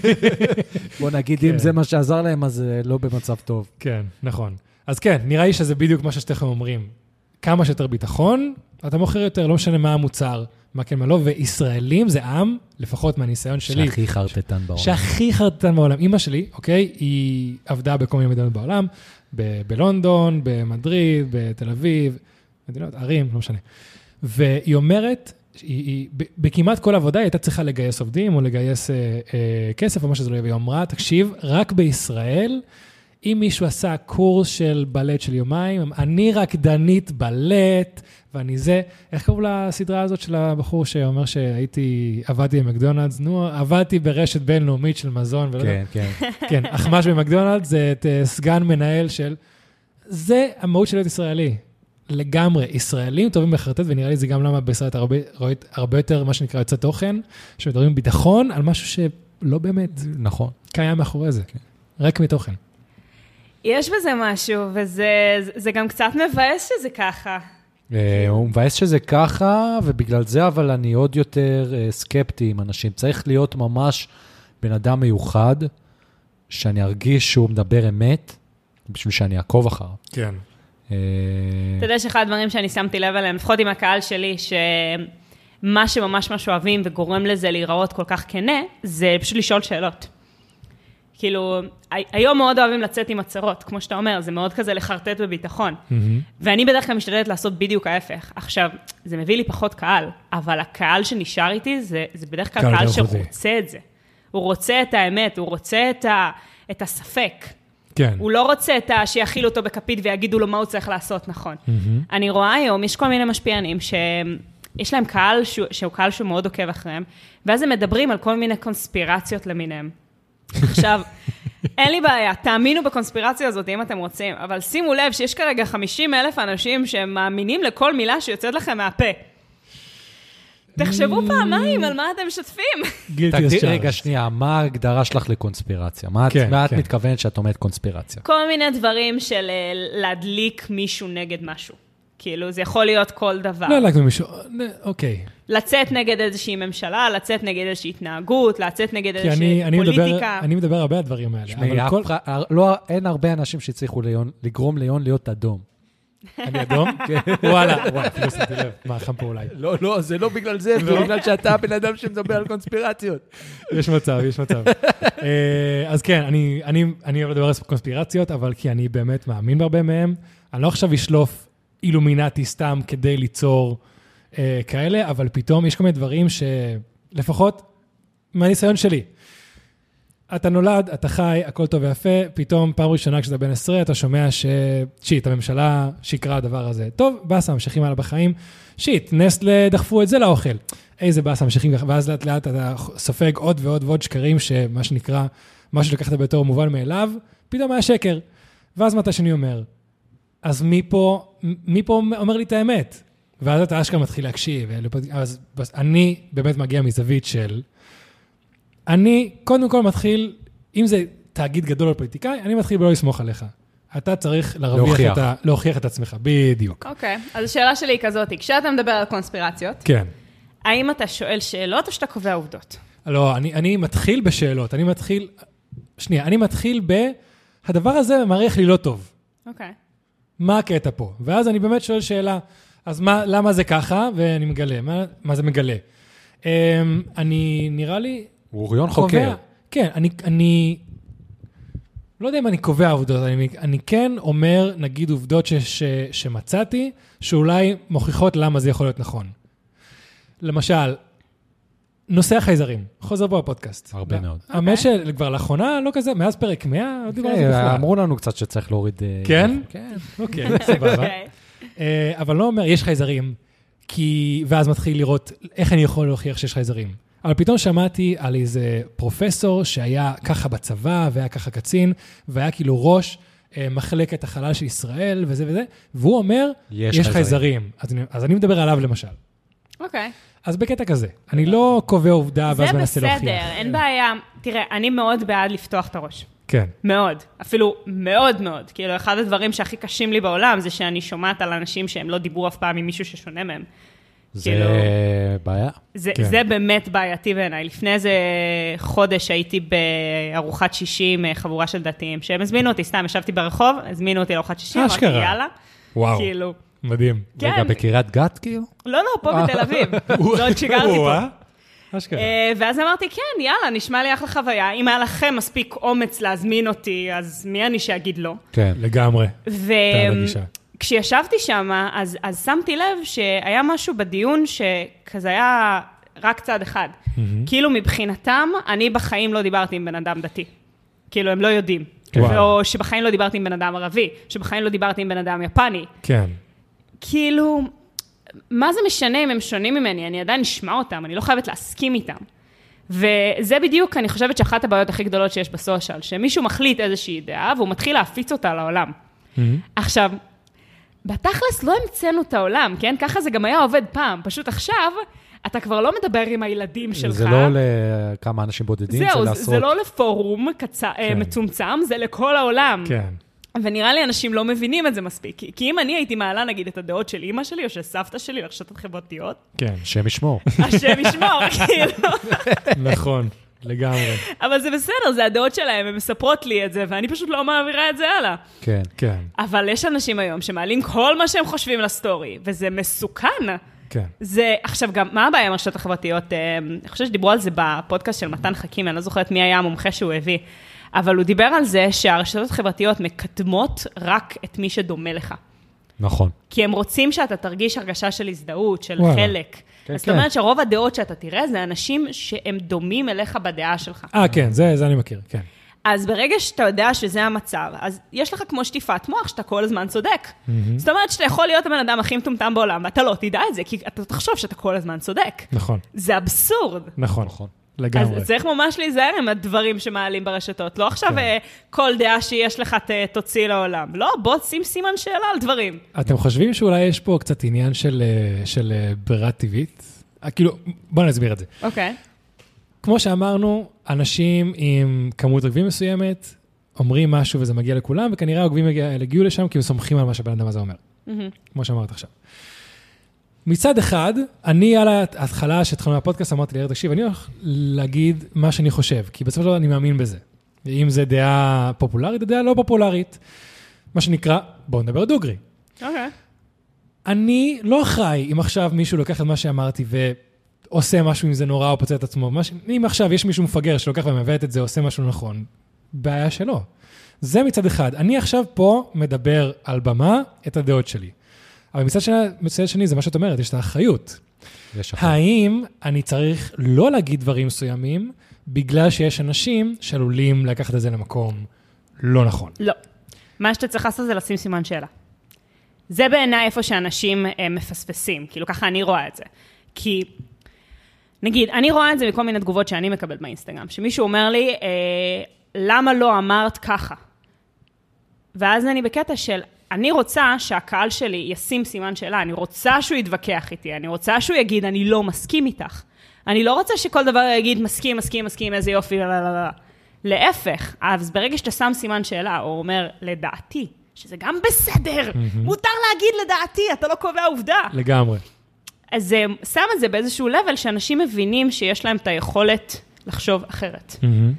בוא נגיד, אם זה מה שעזר להם, אז לא במצב טוב. כן, נכון. אז כן, נראה לי שזה בדיוק מה ששתיכם אומרים. כמה שיותר ביטחון, אתה מוכר יותר, לא משנה מה המוצר, מה כן, מה לא, וישראלים זה עם, לפחות מהניסיון שלי. שהכי חרטטן בעולם. שהכי חרטטן בעולם. אמא שלי, אוקיי, היא עבדה בכל מיני מדינות בעולם, ב- בלונדון, במדריד, בתל אביב, מדינות, ערים, לא משנה. והיא אומרת, היא, היא, בכמעט כל עבודה היא הייתה צריכה לגייס עובדים, או לגייס אה, אה, כסף, או מה שזה לא יהיה, והיא אמרה, תקשיב, רק בישראל, אם מישהו עשה קורס של בלט של יומיים, אני רקדנית בלט, ואני זה, איך קראו לסדרה הזאת של הבחור שאומר שהייתי, עבדתי במקדונלדס, נו, עבדתי ברשת בינלאומית של מזון, ולא כן, כן. כן, אחמש במקדונלדס, זה את סגן מנהל של, זה המהות של להיות ישראלי, לגמרי, ישראלים טובים בחרטט, ונראה לי זה גם למה בישראל אתה הרבה, הרבה יותר, מה שנקרא, יוצא תוכן, שמדברים ביטחון על משהו שלא באמת, נכון, קיים מאחורי זה, רק מתוכן. יש בזה משהו, וזה זה גם קצת מבאס שזה ככה. הוא מבאס שזה ככה, ובגלל זה אבל אני עוד יותר סקפטי עם אנשים. צריך להיות ממש בן אדם מיוחד, שאני ארגיש שהוא מדבר אמת, בשביל שאני אעקוב אחריו. כן. אתה יודע שאחד הדברים שאני שמתי לב עליהם, לפחות עם הקהל שלי, שמה שממש ממש אוהבים וגורם לזה להיראות כל כך כנה, זה פשוט לשאול שאלות. כאילו, היום מאוד אוהבים לצאת עם הצהרות, כמו שאתה אומר, זה מאוד כזה לחרטט בביטחון. ואני בדרך כלל משתדלת לעשות בדיוק ההפך. עכשיו, זה מביא לי פחות קהל, אבל הקהל שנשאר איתי, זה, זה בדרך כלל קהל שרוצה את זה. הוא רוצה את האמת, הוא רוצה את, ה, את הספק. כן. הוא לא רוצה את ה... שיחיל אותו בכפית ויגידו לו מה הוא צריך לעשות, נכון. אני רואה היום, יש כל מיני משפיענים שיש להם קהל שהוא, שהוא קהל שהוא מאוד עוקב אחריהם, ואז הם מדברים על כל מיני קונספירציות למיניהם. עכשיו, אין לי בעיה, תאמינו בקונספירציה הזאת אם אתם רוצים, אבל שימו לב שיש כרגע חמישים אלף אנשים שמאמינים לכל מילה שיוצאת לכם מהפה. תחשבו פעמיים על מה אתם משתפים. רגע, שנייה, מה ההגדרה שלך לקונספירציה? מה את מתכוונת שאת אומרת קונספירציה? כל מיני דברים של להדליק מישהו נגד משהו. כאילו, זה יכול להיות כל דבר. לא, להדליק מישהו, אוקיי. לצאת נגד איזושהי ממשלה, לצאת נגד איזושהי התנהגות, לצאת נגד איזושהי פוליטיקה. אני מדבר הרבה על הדברים האלה. אין הרבה אנשים שהצליחו לגרום ליון להיות אדום. אני אדום? וואלה, וואלה, אפילו שמתי לב, מה, חם פה אולי. לא, לא, זה לא בגלל זה, זה בגלל שאתה הבן אדם שמדבר על קונספירציות. יש מצב, יש מצב. אז כן, אני אוהב לדבר על קונספירציות, אבל כי אני באמת מאמין בהרבה מהם, אני לא עכשיו אשלוף אילומינטי סתם כדי ליצור כאלה, אבל פתאום יש כל מיני דברים שלפחות מהניסיון שלי, אתה נולד, אתה חי, הכל טוב ויפה, פתאום פעם ראשונה כשאתה בן עשרה, אתה שומע ש... שיט, הממשלה שיקרה הדבר הזה. טוב, בסה, ממשיכים הלאה בחיים. שיט, נסטלה דחפו את זה לאוכל. איזה בסה, ממשיכים ככה, ואז לאט לאט אתה סופג עוד ועוד ועוד שקרים, שמה שנקרא, מה שלקחת בתור מובן מאליו, פתאום היה שקר. ואז מתי שאני אומר, אז מי פה, מי פה אומר לי את האמת? ואז אתה אשכרה מתחיל להקשיב. אז אני באמת מגיע מזווית של... אני קודם כל מתחיל, אם זה תאגיד גדול על פוליטיקאי, אני מתחיל בלא לסמוך עליך. אתה צריך להוכיח את, ה, להוכיח את עצמך, בדיוק. אוקיי, okay. אז השאלה שלי היא כזאת, כשאתה מדבר על קונספירציות, כן. האם אתה שואל שאלות או שאתה קובע עובדות? לא, אני, אני מתחיל בשאלות, אני מתחיל, שנייה, אני מתחיל ב, הדבר הזה מעריך לי לא טוב. אוקיי. Okay. מה הקטע פה? ואז אני באמת שואל שאלה, אז מה, למה זה ככה? ואני מגלה, מה, מה זה מגלה? אני, נראה לי, הוא ריון חוקר. כן, אני, אני, לא יודע אם אני קובע עובדות, אני, אני כן אומר, נגיד עובדות ש, ש, שמצאתי, שאולי מוכיחות למה זה יכול להיות נכון. למשל, נושא החייזרים, חוזר פה בפודקאסט. הרבה מאוד. האמת שכבר לאחרונה, לא כזה, מאז פרק מאה, לא דיבר על זה בכלל. אמרו לנו קצת שצריך להוריד... כן? כן. אוקיי, סבבה. אבל לא אומר, יש חייזרים, כי, ואז מתחיל לראות איך אני יכול להוכיח שיש חייזרים. אבל פתאום שמעתי על איזה פרופסור שהיה ככה בצבא, והיה ככה קצין, והיה כאילו ראש מחלקת החלל של ישראל, וזה וזה, והוא אומר, יש, יש חייזרים. אז אני, אז אני מדבר עליו למשל. אוקיי. אז בקטע כזה, אני לא קובע עובדה, ואז מנסה להוכיח. זה בסדר, אין בעיה. תראה, אני מאוד בעד לפתוח את הראש. כן. מאוד. אפילו מאוד מאוד. כאילו, אחד הדברים שהכי קשים לי בעולם, זה שאני שומעת על אנשים שהם לא דיברו אף פעם עם מישהו ששונה מהם. זה בעיה. זה, כן. זה באמת בעייתי בעיניי. לפני איזה חודש הייתי בארוחת שישי עם חבורה של דתיים, שהם הזמינו אותי, סתם, ישבתי ברחוב, הזמינו אותי לארוחת שישי, אמרתי, יאללה. וואו, כאילו, מדהים. כן. רגע, בקריית גת כאילו? לא, לא, פה בתל אביב. זאת שגרתי פה. אשכרה. ואז אמרתי, כן, יאללה, נשמע לי אחלה חוויה. אם היה לכם מספיק אומץ להזמין אותי, אז מי אני שאגיד לא? כן, לגמרי. ו... כשישבתי שם, אז, אז שמתי לב שהיה משהו בדיון שכזה היה רק צד אחד. Mm-hmm. כאילו מבחינתם, אני בחיים לא דיברתי עם בן אדם דתי. כאילו הם לא יודעים. וואו. או שבחיים לא דיברתי עם בן אדם ערבי, שבחיים לא דיברתי עם בן אדם יפני. כן. כאילו, מה זה משנה אם הם שונים ממני? אני עדיין אשמע אותם, אני לא חייבת להסכים איתם. וזה בדיוק, אני חושבת שאחת הבעיות הכי גדולות שיש בסושיאל, שמישהו מחליט איזושהי דעה, והוא מתחיל להפיץ אותה לעולם. Mm-hmm. עכשיו, בתכלס לא המצאנו את העולם, כן? ככה זה גם היה עובד פעם. פשוט עכשיו, אתה כבר לא מדבר עם הילדים שלך. זה לא לכמה אנשים בודדים, זהו, זה לעשרות. זה לא לפורום קצ... כן. מצומצם, זה לכל העולם. כן. ונראה לי אנשים לא מבינים את זה מספיק. כי אם אני הייתי מעלה, נגיד, את הדעות של אמא שלי, או של סבתא שלי, לרשתות חברתיות. כן. השם ישמור. השם ישמור, כאילו. נכון. לגמרי. אבל זה בסדר, זה הדעות שלהם, הן מספרות לי את זה, ואני פשוט לא מעבירה את זה הלאה. כן. כן. אבל יש אנשים היום שמעלים כל מה שהם חושבים לסטורי, וזה מסוכן. כן. זה, עכשיו גם, מה הבעיה עם הרשתות החברתיות? אני חושבת שדיברו על זה בפודקאסט של מתן חכים, אני לא זוכרת מי היה המומחה שהוא הביא, אבל הוא דיבר על זה שהרשתות החברתיות מקדמות רק את מי שדומה לך. נכון. כי הם רוצים שאתה תרגיש הרגשה של הזדהות, של וואלה. חלק. כן, אז זאת כן. אומרת שרוב הדעות שאתה תראה, זה אנשים שהם דומים אליך בדעה שלך. אה, כן, זה, זה אני מכיר, כן. אז ברגע שאתה יודע שזה המצב, אז יש לך כמו שטיפת מוח שאתה כל הזמן צודק. זאת אומרת שאתה יכול להיות הבן אדם הכי מטומטם בעולם, ואתה לא תדע את זה, כי אתה תחשוב שאתה כל הזמן צודק. נכון, זה אבסורד. נכון, נכון. לגמרי. אז צריך ממש להיזהר עם הדברים שמעלים ברשתות. לא עכשיו כן. כל דעה שיש לך ת- תוציא לעולם. לא, בוא שים סימן שאלה על דברים. אתם חושבים שאולי יש פה קצת עניין של, אה, של אה, ברירה טבעית? אה, כאילו, בואו נסביר את זה. אוקיי. כמו שאמרנו, אנשים עם כמות עוקבים מסוימת, אומרים משהו וזה מגיע לכולם, וכנראה העוקבים הגיעו לשם כי הם סומכים על מה שהבן אדם הזה אומר. כמו שאמרת עכשיו. מצד אחד, אני על ההתחלה שהתחלנו בפודקאסט, אמרתי לי, תקשיב, אני הולך להגיד מה שאני חושב, כי בסופו של דבר אני מאמין בזה. אם זה דעה פופולרית, דעה לא פופולרית. מה שנקרא, בואו נדבר דוגרי. אוקיי. אני לא אחראי אם עכשיו מישהו לוקח את מה שאמרתי ועושה משהו אם זה נורא או פוצע את עצמו. מש... אם עכשיו יש מישהו מפגר שלוקח ומבט את זה, עושה משהו נכון, בעיה שלו. זה מצד אחד. אני עכשיו פה מדבר על במה את הדעות שלי. אבל מצד שני, מצד שני זה מה שאת אומרת, יש את האחריות. יש אחריות. האם אני צריך לא להגיד דברים מסוימים, בגלל שיש אנשים שעלולים לקחת את זה למקום לא נכון? לא. מה שאתה צריך לעשות זה לשים סימן שאלה. זה בעיניי איפה שאנשים אה, מפספסים, כאילו ככה אני רואה את זה. כי, נגיד, אני רואה את זה מכל מיני תגובות שאני מקבלת באינסטגרם, שמישהו אומר לי, אה, למה לא אמרת ככה? ואז אני בקטע של, אני רוצה שהקהל שלי ישים סימן שאלה, אני רוצה שהוא יתווכח איתי, אני רוצה שהוא יגיד, אני לא מסכים איתך. אני לא רוצה שכל דבר יגיד, מסכים, מסכים, מסכים, איזה יופי, לא, לא, לא, לא. להפך, אז ברגע שאתה שם סימן שאלה, או אומר, לדעתי, שזה גם בסדר, מותר להגיד לדעתי, אתה לא קובע עובדה. לגמרי. אז זה שם את זה באיזשהו level, שאנשים מבינים שיש להם את היכולת לחשוב אחרת.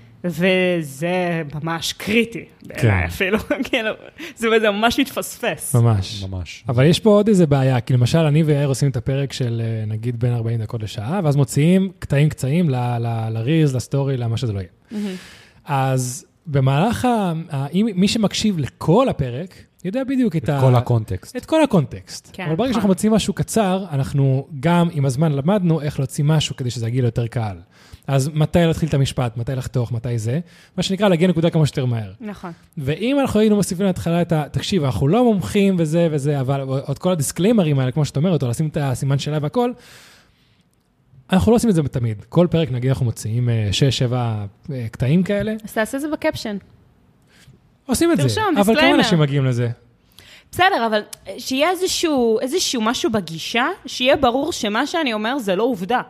וזה ממש קריטי, בעיניי אפילו, כאילו, זה ממש מתפספס. ממש. ממש. אבל יש פה עוד איזה בעיה, כי למשל אני ויאיר עושים את הפרק של נגיד בין ארבעים דקות לשעה, ואז מוציאים קטעים קצאים לריז, לסטורי, למה שזה לא יהיה. אז במהלך, מי שמקשיב לכל הפרק, יודע בדיוק את ה... כל הקונטקסט. את כל הקונטקסט. כן, אבל ברגע שאנחנו מוצאים משהו קצר, אנחנו גם עם הזמן למדנו איך להוציא משהו כדי שזה יגיע ליותר קהל. אז מתי להתחיל את המשפט, מתי לחתוך, מתי זה, מה שנקרא להגיע נקודה כמה שיותר מהר. נכון. ואם אנחנו היינו מוסיפים להתחלה את ה... תקשיב, אנחנו לא מומחים וזה וזה, אבל עוד כל הדיסקליימרים האלה, כמו שאת אומרת, או לשים את הסימן שלה והכל, אנחנו לא עושים את זה תמיד. כל פרק, נגיד, אנחנו מוציאים שש, שבע קטעים כאלה. אז תעשה את זה בקפשן. עושים את זה. תרשום, אבל דיסקליימר. כמה אנשים מגיעים לזה? בסדר, אבל שיהיה איזשהו, איזשהו משהו בגישה, שיהיה ברור שמה שאני אומר זה לא עובדה.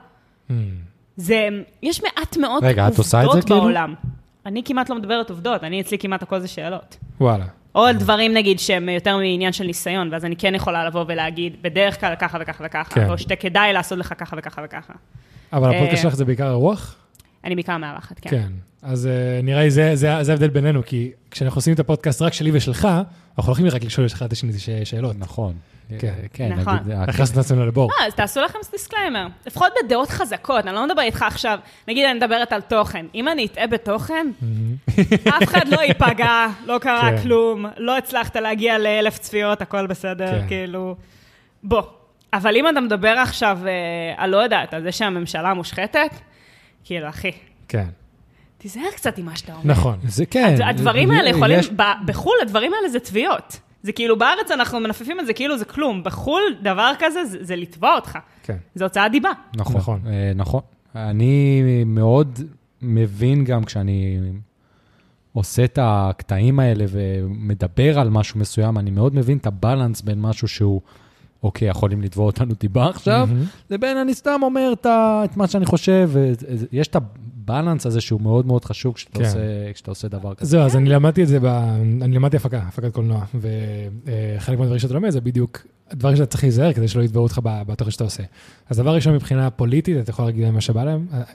זה, יש מעט מאוד רגע, את עושה את זה עובדות כאילו? בעולם. אני כמעט לא מדברת עובדות, אני אצלי כמעט הכל זה שאלות. וואלה. או על דברים, נגיד, שהם יותר מעניין של ניסיון, ואז אני כן יכולה לבוא ולהגיד, בדרך כלל ככה וככה וככה, כן. או שכדאי לעשות לך ככה וככה וככה. אבל הפודקאסט שלך זה בעיקר הרוח? אני בעיקר מארחת, כן. כן. אז uh, נראה לי זה, זה, זה ההבדל בינינו, כי כשאנחנו עושים את הפודקאסט רק שלי ושלך, אנחנו הולכים רק לשאול אחד את השני שאלות. נכון. כן. כן, נכון. נגיד, הכנסנו את עצמנו לבור. אה, אז תעשו לכם דיסקליימר. לפחות בדעות חזקות, אני לא מדבר איתך עכשיו, נגיד אני מדברת על תוכן. אם אני אטעה בתוכן, אף אחד לא ייפגע, לא קרה כן. כלום, לא הצלחת להגיע לאלף צפיות, הכל בסדר, כן. כאילו, בוא. אבל אם אתה מדבר עכשיו, על לא יודעת, על זה שהממשלה מושחתת, כאילו, אחי, כן. תיזהר קצת עם מה שאתה אומר. נכון. זה כן. הדברים זה- האלה יכולים, יש- ב- בחול הדברים האלה זה תביעות. זה כאילו בארץ אנחנו מנפפים את זה כאילו זה כלום. בחול דבר כזה זה, זה לתבוע אותך. כן. זה הוצאת דיבה. נכון, נכון. אה, נכון. אני מאוד מבין גם כשאני עושה את הקטעים האלה ומדבר על משהו מסוים, אני מאוד מבין את הבלנס בין משהו שהוא, אוקיי, יכולים לתבוע אותנו דיבה עכשיו, לבין אני סתם אומר את ה- את מה שאני חושב, ויש את הבלנס הזה שהוא מאוד מאוד חשוב כשאתה כן. עושה, כשאתה עושה דבר כזה. זהו, אז אני למדתי את זה, ב... אני למדתי הפקה, הפקת קולנוע, וחלק מהדברים שאתה לומד זה בדיוק הדברים שאתה צריך להיזהר כדי שלא יתבעו אותך בתוכן שאתה עושה. אז דבר ראשון מבחינה פוליטית, אתה יכול להגיד להם מה שבא להם,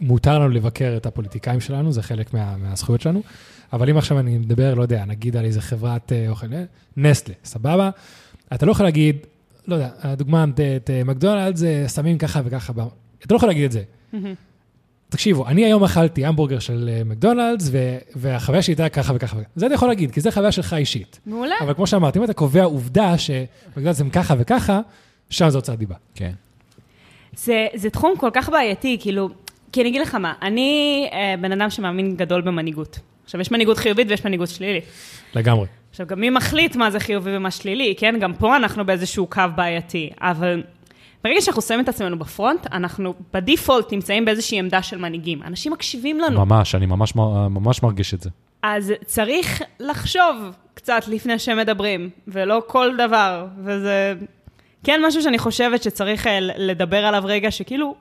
מותר לנו לבקר את הפוליטיקאים שלנו, זה חלק מה, מהזכויות שלנו, אבל אם עכשיו אני מדבר, לא יודע, נגיד על איזה חברת אוכל, נסטלה, סבבה, אתה לא יכול להגיד, לא יודע, הדוגמה, את מקדונלדס, שמים ככה וככה, אתה לא יכול להגיד את זה. תקשיבו, אני היום אכלתי המבורגר של מקדונלדס, והחוויה שלי הייתה ככה וככה. זה אתה יכול להגיד, כי זה חוויה שלך אישית. מעולה. אבל כמו שאמרתי, אם אתה קובע עובדה שמקדונלדס הם ככה וככה, שם זה הוצאת דיבה. כן. זה, זה תחום כל כך בעייתי, כאילו, כי אני אגיד לך מה, אני אה, בן אדם שמאמין גדול במנהיגות. עכשיו, יש מנהיגות חיובית ויש מנהיגות שלילית. לגמרי. עכשיו, גם מי מחליט מה זה חיובי ומה שלילי, כן? גם פה אנחנו באיזשהו קו בעייתי, אבל ברגע שאנחנו שמים את עצמנו בפרונט, אנחנו בדיפולט נמצאים באיזושהי עמדה של מנהיגים. אנשים מקשיבים לנו. ממש, אני ממש, ממש מרגיש את זה. אז צריך לחשוב קצת לפני שמדברים, ולא כל דבר, וזה כן משהו שאני חושבת שצריך לדבר עליו רגע, שכאילו,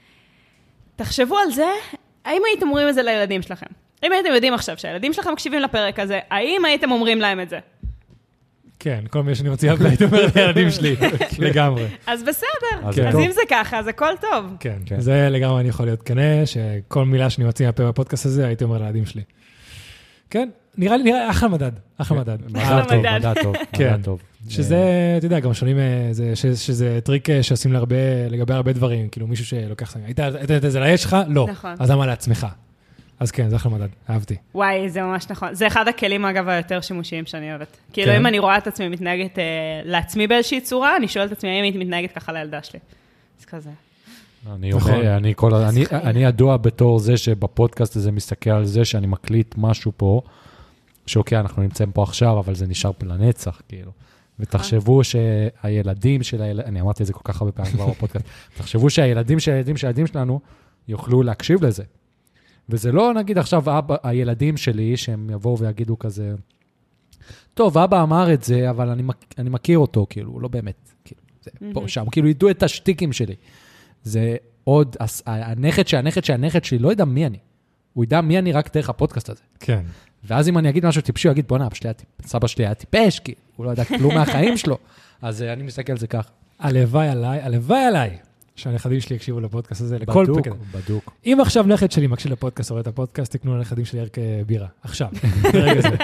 תחשבו על זה, האם הייתם אומרים את זה לילדים שלכם? אם הייתם יודעים עכשיו שהילדים שלכם מקשיבים לפרק הזה, האם הייתם אומרים להם את זה? כן, כל מי שאני מוציא הייתי אומר לילדים שלי, לגמרי. אז בסדר, אז אם זה ככה, אז הכל טוב. כן, זה לגמרי אני יכול להיות כנה, שכל מילה שאני מוציא מהפה בפודקאסט הזה, הייתי אומר לילדים שלי. כן, נראה לי, נראה, אחלה מדד, אחלה מדד. מדד טוב, מדד טוב, מדד טוב. שזה, אתה יודע, גם שונים, שזה טריק שעושים לגבי הרבה דברים, כאילו מישהו שלוקח, היית את זה ליד שלך? לא. אז למה לעצמך? אז כן, זה אחלה מדד, אהבתי. וואי, זה ממש נכון. זה אחד הכלים, אגב, היותר שימושיים שאני אוהבת. כאילו, אם אני רואה את עצמי מתנהגת לעצמי באיזושהי צורה, אני שואלת את עצמי, האם הייתי מתנהגת ככה לילדה שלי. זה כזה. אני אומר, אני כל, אני, אני ידוע בתור זה שבפודקאסט הזה מסתכל על זה שאני מקליט משהו פה, שאוקיי, אנחנו נמצאים פה עכשיו, אבל זה נשאר לנצח, כאילו. ותחשבו שהילדים של הילדים, אני אמרתי את זה כל כך הרבה פעמים כבר בפודקאסט, תחשבו שהילדים של הילדים של הילדים שלנו יוכלו להקשיב לזה. וזה לא, נגיד עכשיו, אבא, הילדים שלי, שהם יבואו ויגידו כזה, טוב, אבא אמר את זה, אבל אני, אני מכיר אותו, כאילו, לא באמת, כאילו, זה פה, שם, כאילו, ידעו את השטיקים שלי. זה עוד, הנכד שהנכד שהנכד שלי, לא יודע מי אני. הוא ידע מי אני רק דרך הפודקאסט הזה. כן. ואז אם אני אגיד משהו טיפשי, הוא יגיד, בוא נע, סבא שלי היה טיפש, כי הוא לא יודע כלום מהחיים שלו. אז אני מסתכל על זה כך. הלוואי עליי, הלוואי עליי, שהנכדים שלי יקשיבו לפודקאסט הזה, לכל בדוק, פרק. בדוק. אם עכשיו נכד שלי מקשיב לפודקאסט, רואה את הפודקאסט, תקנו לנכדים שלי ערך בירה. עכשיו, ברגע זה.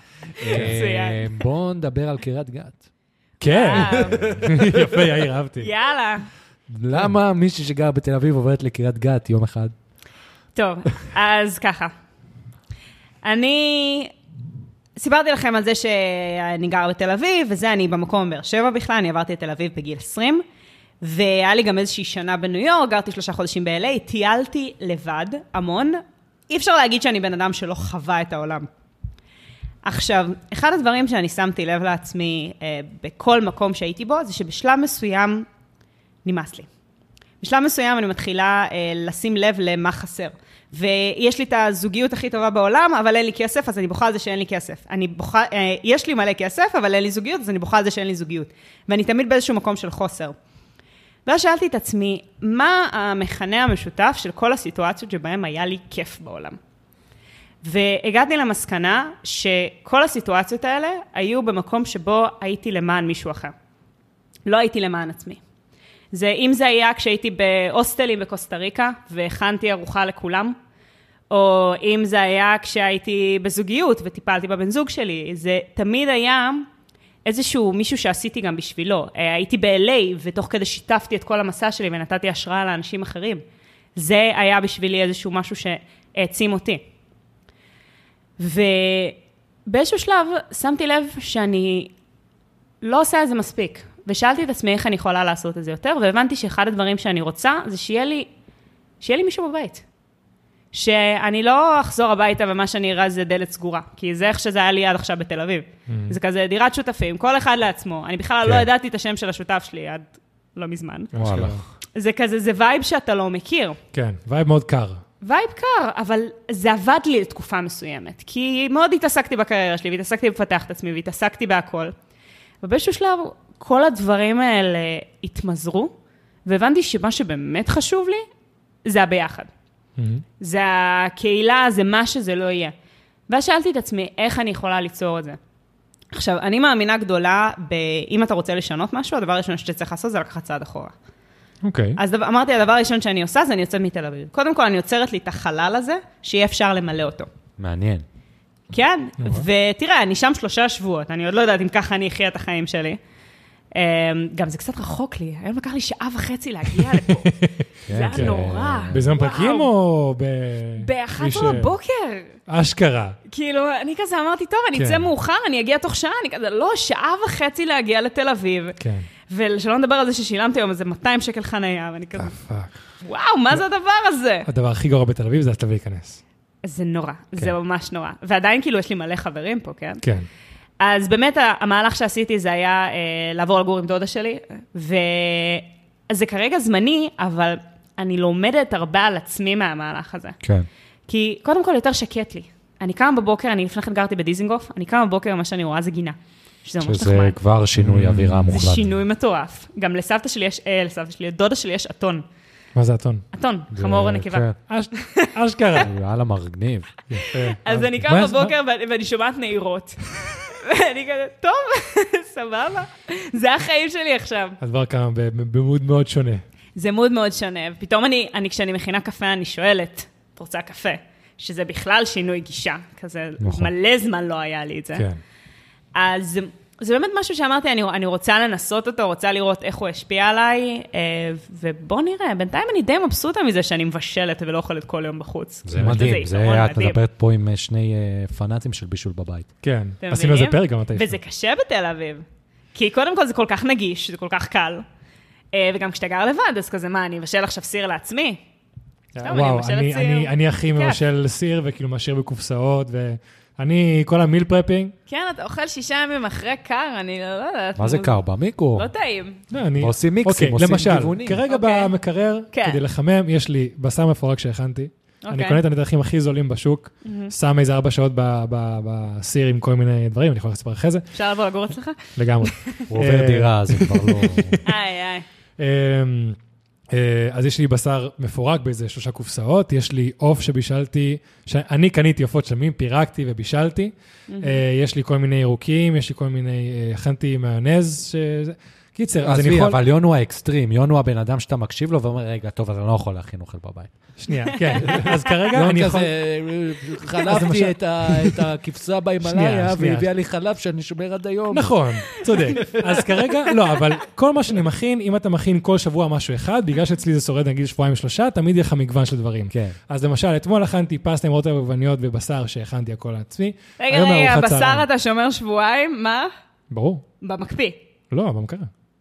בואו נדבר על קריית גת. כן. יפה, יאיר, אהבתי. יאללה. למה מישהי שגר בתל אביב עוברת לקריית גת יום אחד? טוב, אז ככה. אני סיפרתי לכם על זה שאני גר בתל אביב, וזה אני במקום באר שבע בכלל, אני עברתי לתל אביב בגיל עשרים, והיה לי גם איזושהי שנה בניו יורק, גרתי שלושה חודשים ב-אל איי, טיילתי לבד, המון. אי אפשר להגיד שאני בן אדם שלא חווה את העולם. עכשיו, אחד הדברים שאני שמתי לב לעצמי אה, בכל מקום שהייתי בו, זה שבשלב מסוים נמאס לי. בשלב מסוים אני מתחילה אה, לשים לב למה חסר. ויש לי את הזוגיות הכי טובה בעולם, אבל אין לי כסף, אז אני בוכה על זה שאין לי כסף. אני בוכה, אה, יש לי מלא כסף, אבל אין לי זוגיות, אז אני בוכה על זה שאין לי זוגיות. ואני תמיד באיזשהו מקום של חוסר. ואז שאלתי את עצמי, מה המכנה המשותף של כל הסיטואציות שבהם היה לי כיף בעולם? והגעתי למסקנה שכל הסיטואציות האלה היו במקום שבו הייתי למען מישהו אחר. לא הייתי למען עצמי. זה, אם זה היה כשהייתי בהוסטלים בקוסטה ריקה, והכנתי ארוחה לכולם, או אם זה היה כשהייתי בזוגיות וטיפלתי בבן זוג שלי, זה תמיד היה איזשהו מישהו שעשיתי גם בשבילו. הייתי ב-אל איי, ותוך כדי שיתפתי את כל המסע שלי, ונתתי השראה לאנשים אחרים. זה היה בשבילי איזשהו משהו שהעצים אותי. ובאיזשהו שלב שמתי לב שאני לא עושה את זה מספיק. ושאלתי את עצמי איך אני יכולה לעשות את זה יותר, והבנתי שאחד הדברים שאני רוצה, זה שיהיה לי, שיהיה לי מישהו בבית. שאני לא אחזור הביתה ומה שאני אראה זה דלת סגורה, כי זה איך שזה היה לי עד עכשיו בתל אביב. Mm-hmm. זה כזה דירת שותפים, כל אחד לעצמו. אני בכלל כן. לא ידעתי את השם של השותף שלי עד לא מזמן. וואלה. זה כזה, זה וייב שאתה לא מכיר. כן, וייב מאוד קר. וייב קר, אבל זה עבד לי לתקופה מסוימת, כי מאוד התעסקתי בקריירה שלי, והתעסקתי בפתח את עצמי, והתעסקתי בהכל. ובאיזשהו שלב, כל הדברים האלה התמזרו, והבנתי שמה שבאמת חשוב לי, זה הביחד. Mm-hmm. זה הקהילה, זה מה שזה לא יהיה. ואז שאלתי את עצמי, איך אני יכולה ליצור את זה? עכשיו, אני מאמינה גדולה, ב- אם אתה רוצה לשנות משהו, הדבר הראשון שאתה צריך לעשות זה לקחת צעד אחורה. אוקיי. אז דבר, אמרתי, הדבר הראשון שאני עושה, זה אני יוצאת מתל אביב. קודם כל, אני יוצרת לי את החלל הזה, שיהיה אפשר למלא אותו. מעניין. כן, ותראה, אני שם שלושה שבועות, אני עוד לא יודעת אם ככה אני אחיה את החיים שלי. גם זה קצת רחוק לי, היום לקח לי שעה וחצי להגיע לפה. זה היה נורא. בזמן פרקים או ב... באחת עשרה בבוקר. אשכרה. כאילו, אני כזה אמרתי, טוב, אני אצא מאוחר, אני אגיע תוך שעה, אני כזה, לא, שעה וחצי להגיע לתל אביב. כן. ושלא נדבר על זה ששילמתי היום איזה מאתיים שקל חנייה, ואני כזה, וואו, מה זה הדבר הזה? הדבר הכי גרוע בתל אביב זה לתל אביב להיכנס. זה נורא, זה ממש נורא. ועדיין כאילו יש לי מלא חברים פה, כן? כן. אז באמת המהלך שעשיתי זה היה אה, לעבור לגור עם דודה שלי, וזה כרגע זמני, אבל אני לומדת הרבה על עצמי מהמהלך הזה. כן. כי קודם כל יותר שקט לי. אני קמה בבוקר, אני לפני כן גרתי בדיזינגוף, אני קמה בבוקר, מה שאני רואה זה גינה. שזה ממש נחמד. שזה כבר שינוי אווירה מוחלט. זה שינוי מטורף. גם לסבתא שלי יש, אה, לסבתא שלי, לדודה שלי יש אתון. מה זה אתון? אתון, חמור הנקבה. אשכרה. יאללה, מגניב. אז אני קמה בבוקר ואני שומעת נעירות. ואני כזה, טוב, סבבה. זה החיים שלי עכשיו. הדבר כמה במוד מאוד שונה. זה מוד מאוד שונה. ופתאום אני, אני, כשאני מכינה קפה, אני שואלת, את רוצה קפה? שזה בכלל שינוי גישה. כזה, מלא זמן לא היה לי את זה. כן. אז זה באמת משהו שאמרתי, אני, אני רוצה לנסות אותו, רוצה לראות איך הוא השפיע עליי, ובוא נראה, בינתיים אני די מבסוטה מזה שאני מבשלת ולא אוכלת כל יום בחוץ. זה מדהים, זה את מדברת פה עם שני פנאטים של בישול בבית. כן, עשינו איזה פרק גם אתה וזה קשה בתל אביב, כי קודם כל זה כל כך נגיש, זה כל כך קל, וגם כשאתה גר לבד, אז כזה מה, אני מבשל עכשיו סיר לעצמי? וואו, אני הכי מבשל סיר וכאילו משאיר בקופסאות ו... אני, כל המיל פרפינג. כן, אתה אוכל שישה ימים אחרי קר, אני לא יודעת. מה זה קר? במיקרו? לא טעים. עושים מיקסים, עושים גיוונים. למשל, כרגע במקרר, כדי לחמם, יש לי בשר מפורק שהכנתי. אני קונה את הנתחים הכי זולים בשוק, שם איזה ארבע שעות בסיר עם כל מיני דברים, אני יכול לספר אחרי זה. אפשר לבוא לגור אצלך? לגמרי. הוא עובר דירה, אז הוא כבר לא... איי, איי. אז יש לי בשר מפורק באיזה שלושה קופסאות, יש לי עוף שבישלתי, שאני קניתי עופות שלמים, פירקתי ובישלתי, יש לי כל מיני ירוקים, יש לי כל מיני, הכנתי מיונז, קיצר, אז אני יכול... אבל יונו האקסטרים, יונו הבן אדם שאתה מקשיב לו ואומר, רגע, טוב, אתה לא יכול להכין אוכל בבית. שנייה, כן, אז כרגע אני יכול... חלבתי את הכבשה בהימאליה, והביאה לי חלב שאני שומר עד היום. נכון, צודק. אז כרגע, לא, אבל כל מה שאני מכין, אם אתה מכין כל שבוע משהו אחד, בגלל שאצלי זה שורד נגיד שבועיים שלושה, תמיד יהיה לך מגוון של דברים. אז למשל, אתמול הכנתי פסטה עם רוטב עגבניות ובשר שהכנתי הכל לעצמי. רגע, רגע, הבשר אתה שומר שבועיים, מה? ברור. במקפיא. לא, במקרר.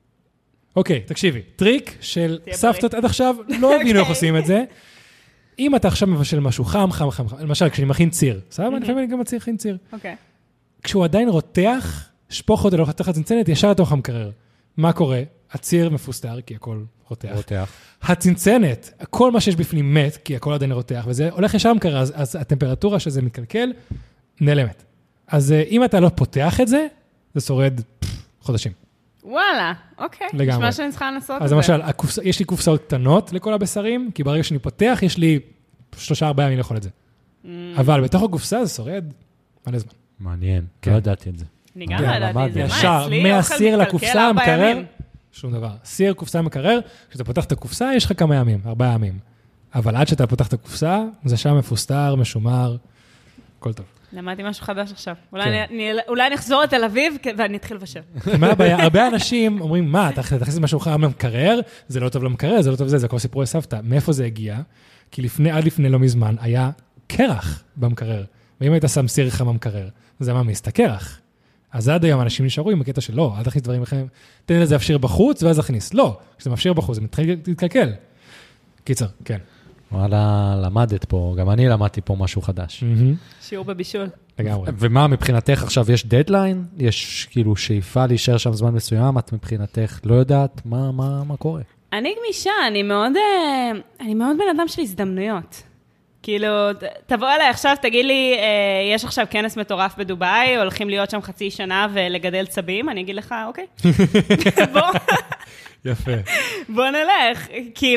אוקיי, תקשיבי, טריק של סבתות עד עכשיו, לא הבינו איך עושים את זה. אם אתה עכשיו מבשל משהו חם, חם, חם, חם, למשל, כשאני מכין ציר, סבבה? אני לפעמים גם מצליח להכין ציר. אוקיי. כשהוא עדיין רותח, שפוך אותו לתוך הצנצנת, ישר לתוך המקרר. מה קורה? הציר מפוסטר, כי הכל רותח. רותח. הצנצנת, כל מה שיש בפנים מת, כי הכל עדיין רותח, וזה הולך ישר למקרר, אז, אז הטמפרטורה שזה מתקלקל, נעלמת. אז אם אתה לא פותח את זה, זה שורד חודשים. וואלה, אוקיי. לגמרי. נשמע שאני צריכה לנסות את אז זה. למשל, הקופס... יש לי קופסאות קטנות לכל הבשרים, כי ברגע שאני פותח, יש לי שלושה ארבעה ימים לאכול את זה. Mm. אבל בתוך הקופסה זה שורד מלא זמן. מעניין, כן. לא ידעתי את זה. אני גם לא ידעתי את זה. ישר, מהסיר לקופסה, מקרר, שום דבר. סיר, קופסה, מקרר, כשאתה פותח את הקופסה, יש לך כמה ימים, ארבעה ימים. אבל עד שאתה פותח את הקופסה, זה שם מפוסטר, משומר, הכל טוב. למדתי משהו חדש עכשיו. אולי נחזור לתל אביב ואני אתחיל לבשל. מה הבעיה? הרבה אנשים אומרים, מה, אתה תכניס משהו חם למקרר, זה לא טוב למקרר, זה לא טוב זה, זה כל סיפורי סבתא. מאיפה זה הגיע? כי לפני, עד לפני לא מזמן, היה קרח במקרר. ואם היית שם סיר חם במקרר, זה ממש, אתה קרח. אז עד היום אנשים נשארו עם הקטע של לא, אל תכניס דברים אחרים, תן לזה אפשיר בחוץ ואז תכניס. לא, כשזה מאפשר בחוץ, זה מתחיל להתקלקל. קיצר, כן. וואלה, למדת פה, גם אני למדתי פה משהו חדש. שיעור בבישול. לגמרי. ומה, מבחינתך עכשיו יש דדליין? יש כאילו שאיפה להישאר שם זמן מסוים, את מבחינתך לא יודעת מה, מה, מה קורה? אני גמישה, אני מאוד, אני מאוד בן אדם של הזדמנויות. כאילו, תבוא אליי עכשיו, תגיד לי, יש עכשיו כנס מטורף בדובאי, הולכים להיות שם חצי שנה ולגדל צבים, אני אגיד לך, אוקיי. בוא. יפה. בוא נלך, כי...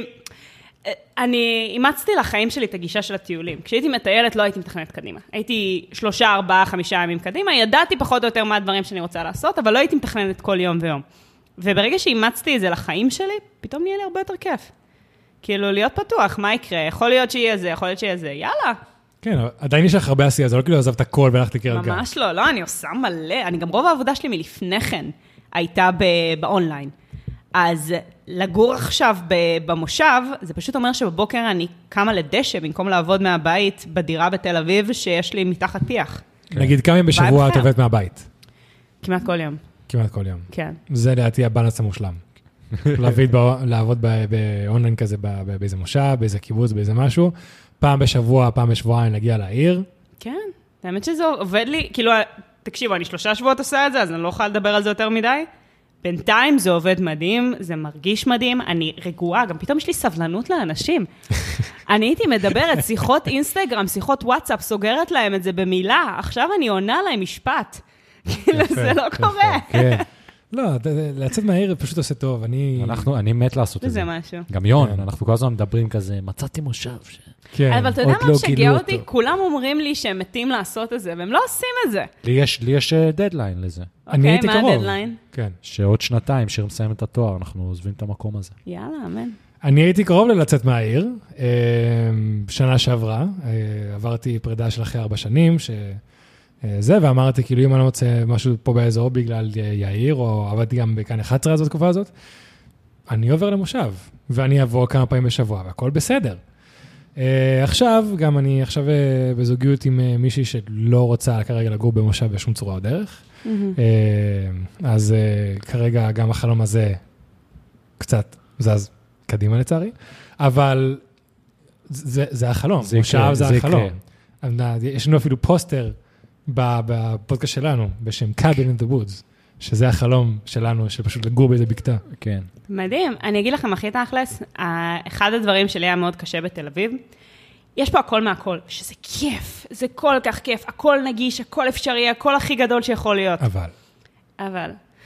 אני אימצתי לחיים שלי את הגישה של הטיולים. כשהייתי מטיילת, לא הייתי מתכננת קדימה. הייתי שלושה, ארבעה, חמישה ימים קדימה, ידעתי פחות או יותר מה הדברים שאני רוצה לעשות, אבל לא הייתי מתכננת כל יום ויום. וברגע שאימצתי את זה לחיים שלי, פתאום נהיה לי הרבה יותר כיף. כאילו, להיות פתוח, מה יקרה? יכול להיות שיהיה זה, יכול להיות שיהיה זה, יאללה. כן, עדיין יש לך הרבה עשייה, זה לא כאילו עזבת הכל והלכתי קריית גת. ממש לא, לא, אני עושה מלא. אני גם רוב העבודה שלי מלפני כן הייתה באונליין. אז לגור עכשיו במושב, זה פשוט אומר שבבוקר אני קמה לדשא, במקום לעבוד מהבית בדירה בתל אביב, שיש לי מתחת טיח. נגיד, כמה ימים בשבוע את עובדת מהבית? כמעט כל יום. כמעט כל יום. כן. זה לדעתי הבאלנס המושלם. לעבוד באונליין כזה באיזה מושב, באיזה קיבוץ, באיזה משהו. פעם בשבוע, פעם בשבועיים להגיע לעיר. כן, האמת שזה עובד לי, כאילו, תקשיבו, אני שלושה שבועות עושה את זה, אז אני לא יכולה לדבר על זה יותר מדי. בינתיים זה עובד מדהים, זה מרגיש מדהים, אני רגועה, גם פתאום יש לי סבלנות לאנשים. אני הייתי מדברת, שיחות אינסטגרם, שיחות וואטסאפ, סוגרת להם את זה במילה, עכשיו אני עונה להם משפט. כאילו, זה לא קורה. כן. לא, לצאת מהעיר פשוט עושה טוב, אני... אנחנו, אני מת לעשות את זה. זה משהו. גם יון, אנחנו כל הזמן מדברים כזה, מצאתי מושב. כן. אבל אתה יודע מה משגע אותי? כולם אומרים לי שהם מתים לעשות את זה, והם לא עושים את זה. לי יש דדליין לזה. אני הייתי קרוב. אוקיי, מה הדדליין? כן. שעוד שנתיים, שיר מסיים את התואר, אנחנו עוזבים את המקום הזה. יאללה, אמן. אני הייתי קרוב ללצאת מהעיר, שנה שעברה, עברתי פרידה של אחרי ארבע שנים, שזה, ואמרתי, כאילו, אם אני לא מוצא משהו פה באזור בגלל יאיר, או עבדתי גם בכאן אחת עשרה הזאת, תקופה הזאת, אני עובר למושב, ואני אבוא כמה פעמים בשבוע, והכל בסדר. עכשיו, גם אני עכשיו בזוגיות עם מישהי שלא רוצה כרגע לגור במושב בשום צורה או דרך, אז כרגע גם החלום הזה קצת זז קדימה לצערי, אבל זה, זה החלום, זה מושב יקרה, זה, זה החלום. יקרה. יש לנו אפילו פוסטר בפודקאסט שלנו, בשם Cabin in the Woods, שזה החלום שלנו, שפשוט לגור באיזה בקתה. כן. מדהים. אני אגיד לכם, הכי תכלס, אחד הדברים שלי היה מאוד קשה בתל אביב, יש פה הכל מהכל, שזה כיף, זה כל כך כיף, הכל נגיש, הכל אפשרי, הכל הכי גדול שיכול להיות. אבל. אבל.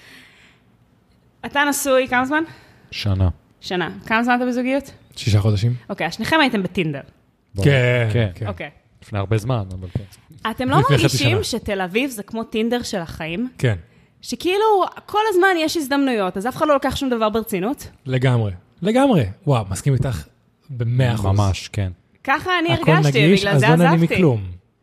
אתה נשוי כמה זמן? שנה. שנה. כמה זמן אתה בזוגיות? שישה חודשים. אוקיי, שניכם הייתם בטינדר. כן, כן. כן. אוקיי. לפני הרבה זמן, אבל כן. אתם לא מרגישים שתל אביב זה כמו טינדר של החיים? כן. שכאילו כל הזמן יש הזדמנויות, אז אף אחד לא לוקח שום דבר ברצינות? לגמרי. לגמרי. וואו, מסכים איתך במאה אחוז. ממש, כן. ככה אני הכל הרגשתי, נגיש, בגלל אז זה לא נהנים עזבתי. מכלום.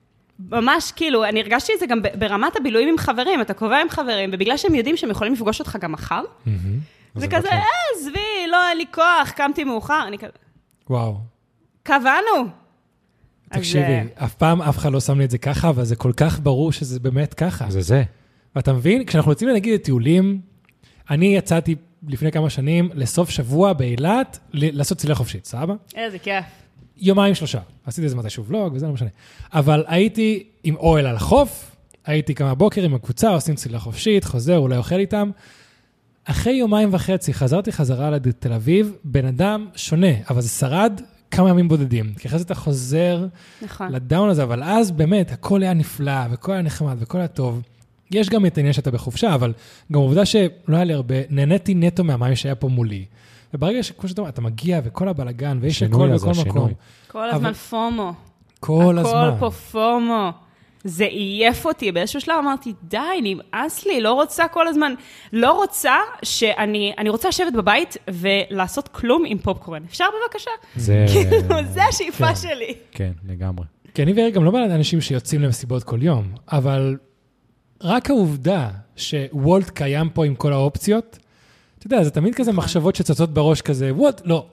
ממש כאילו, אני הרגשתי את זה גם ברמת הבילויים עם חברים, אתה קובע עם חברים, ובגלל שהם יודעים שהם יכולים לפגוש אותך גם מחר, זה כזה, אה, זבי, לא, אין לי כוח, קמתי מאוחר, אני כזה, וואו. קבענו. תקשיבי, אף פעם אף אחד לא שם לי את זה ככה, אבל זה כל כך ברור שזה באמת ככה. זה זה. ואתה מבין, כשאנחנו יוצאים להגיד לטיולים, אני יצאתי לפני כמה שנים לסוף שבוע באילת, לעשות צלילה חופשית, סבבה? איזה כיף. יומיים שלושה. עשיתי איזה מתישהו ולוג, וזה לא משנה. אבל הייתי עם אוהל על החוף, הייתי כמה בוקר עם הקבוצה, עושים צלילה חופשית, חוזר, אולי אוכל איתם. אחרי יומיים וחצי חזרתי חזרה לתל אביב, בן אדם שונה, אבל זה שרד כמה ימים בודדים. כי אחרי זה אתה חוזר נכון. לדאון הזה, אבל אז באמת הכל היה נפלא, וכל היה נחמד, וכל היה טוב. יש גם את העניין שאתה בחופשה, אבל גם עובדה שלא היה לי הרבה, נהניתי נטו מהמים שהיה פה מולי. וברגע שכמו שאתה אומר, אתה מגיע וכל הבלגן, ויש הכל בכל מקום. כל הזמן פומו. כל הזמן. הכל פה פומו. זה עייף אותי. באיזשהו שלב אמרתי, די, נמאס לי, לא רוצה כל הזמן, לא רוצה שאני, אני רוצה לשבת בבית ולעשות כלום עם פופקורן. אפשר בבקשה? זה... כאילו, זה השאיפה שלי. כן, לגמרי. כי אני ואריק גם לא בעד אנשים שיוצאים למסיבות כל יום, אבל רק העובדה שוולט קיים פה עם כל האופציות, אתה יודע, זה תמיד כזה מחשבות שצצות בראש כזה, וולט, לא.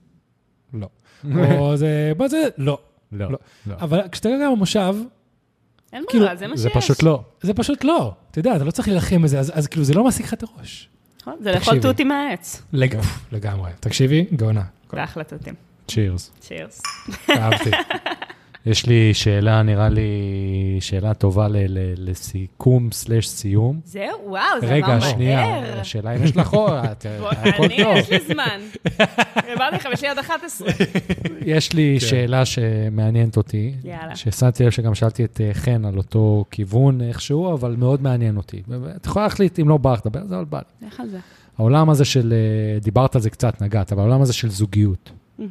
לא. או זה, מה זה? לא. לא. אבל כשאתה גם במושב, אין ברירה, זה מה שיש. זה פשוט לא. זה פשוט לא. אתה יודע, אתה לא צריך להילחם בזה, אז, אז כאילו זה לא מעסיק לך את הראש. זה לאכול תותים מהעץ. לג... לגמרי. תקשיבי, גאונה. זה אחלה תותים. צ'ירס. צ'ירס. אהבתי. יש לי שאלה, נראה לי, שאלה טובה ל- ל- לסיכום סלש סיום. זהו, וואו, זה רגע, אמר שנייה, מהר. השאלה אם יש לך אור, הכל אני, טוב. יש לי זמן. אמרתי לך, יש לי עד אחת עשרה. יש לי שאלה שמעניינת אותי, יאללה. ששמתי לב שגם שאלתי את חן על אותו כיוון איכשהו, אבל מאוד מעניין אותי. את יכולה להחליט אם לא בא לך לדבר על זה, אבל בא לי. איך על זה? העולם הזה של, דיברת על זה קצת, נגעת, אבל העולם הזה של זוגיות.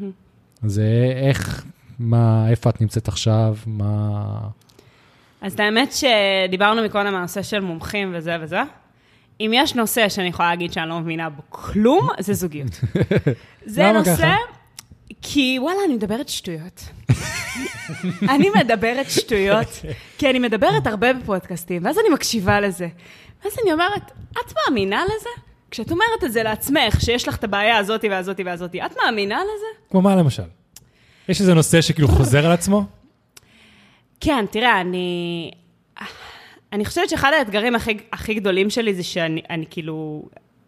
זה איך, מה, איפה את נמצאת עכשיו, מה... אז האמת שדיברנו מקודם על הנושא של מומחים וזה וזה. אם יש נושא שאני יכולה להגיד שאני לא מבינה בו כלום, זה זוגיות. זה למה נושא, ככה? כי וואלה, אני מדברת שטויות. אני מדברת שטויות, כי אני מדברת הרבה בפודקאסטים, ואז אני מקשיבה לזה. ואז אני אומרת, את מאמינה לזה? כשאת אומרת את זה לעצמך, שיש לך את הבעיה הזאת והזאת והזאת, את מאמינה לזה? כמו מה למשל? יש איזה נושא שכאילו חוזר על עצמו? כן, תראה, אני... אני חושבת שאחד האתגרים הכי, הכי גדולים שלי זה שאני אני כאילו...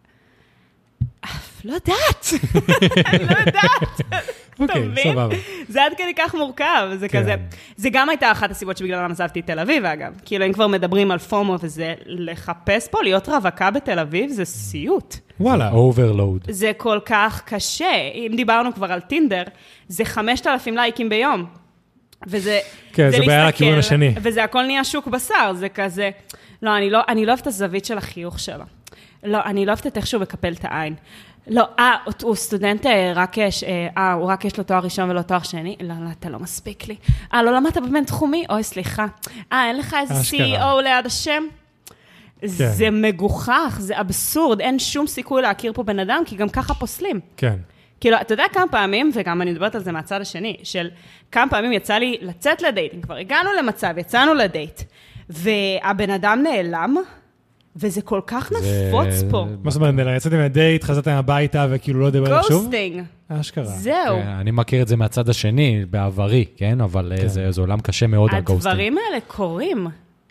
לא יודעת. אני לא יודעת. אוקיי, סבבה. זה עד כדי כך מורכב, זה כזה. זה גם הייתה אחת הסיבות שבגללם עזבתי את תל אביב, אגב. כאילו, אם כבר מדברים על פומו וזה, לחפש פה, להיות רווקה בתל אביב, זה סיוט. וואלה. אוברלואוד. זה כל כך קשה. אם דיברנו כבר על טינדר, זה חמשת אלפים לייקים ביום. וזה... כן, זה בעיה לכיוון השני. וזה הכל נהיה שוק בשר, זה כזה... לא, אני לא, אני לא אוהבת את הזווית של החיוך שלה. לא, אני לא אוהבת את איך שהוא מקפל את העין. לא, אה, הוא סטודנט רק יש, אה, הוא רק יש לו תואר ראשון ולא תואר שני. לא, לא, אתה לא מספיק לי. אה, לא למדת בבין תחומי? אוי, סליחה. אה, אין לך איזה סי אי או ליד השם? זה מגוחך, זה אבסורד, אין שום סיכוי להכיר פה בן אדם, כי גם ככה פוסלים. כן. כאילו, אתה יודע כמה פעמים, וגם אני מדברת על זה מהצד השני, של כמה פעמים יצא לי לצאת לדייט, כבר הגענו למצב, יצאנו לדייט, והבן אדם נעלם, וזה כל כך נפוץ פה. מה זאת אומרת, נעלם? יצאתם לדייט, חזרתם הביתה, וכאילו לא דבר שוב? גוסטינג. אשכרה. זהו. אני מכיר את זה מהצד השני, בעברי, כן? אבל זה עולם קשה מאוד, הגוסטינג. הדברים האלה קורים,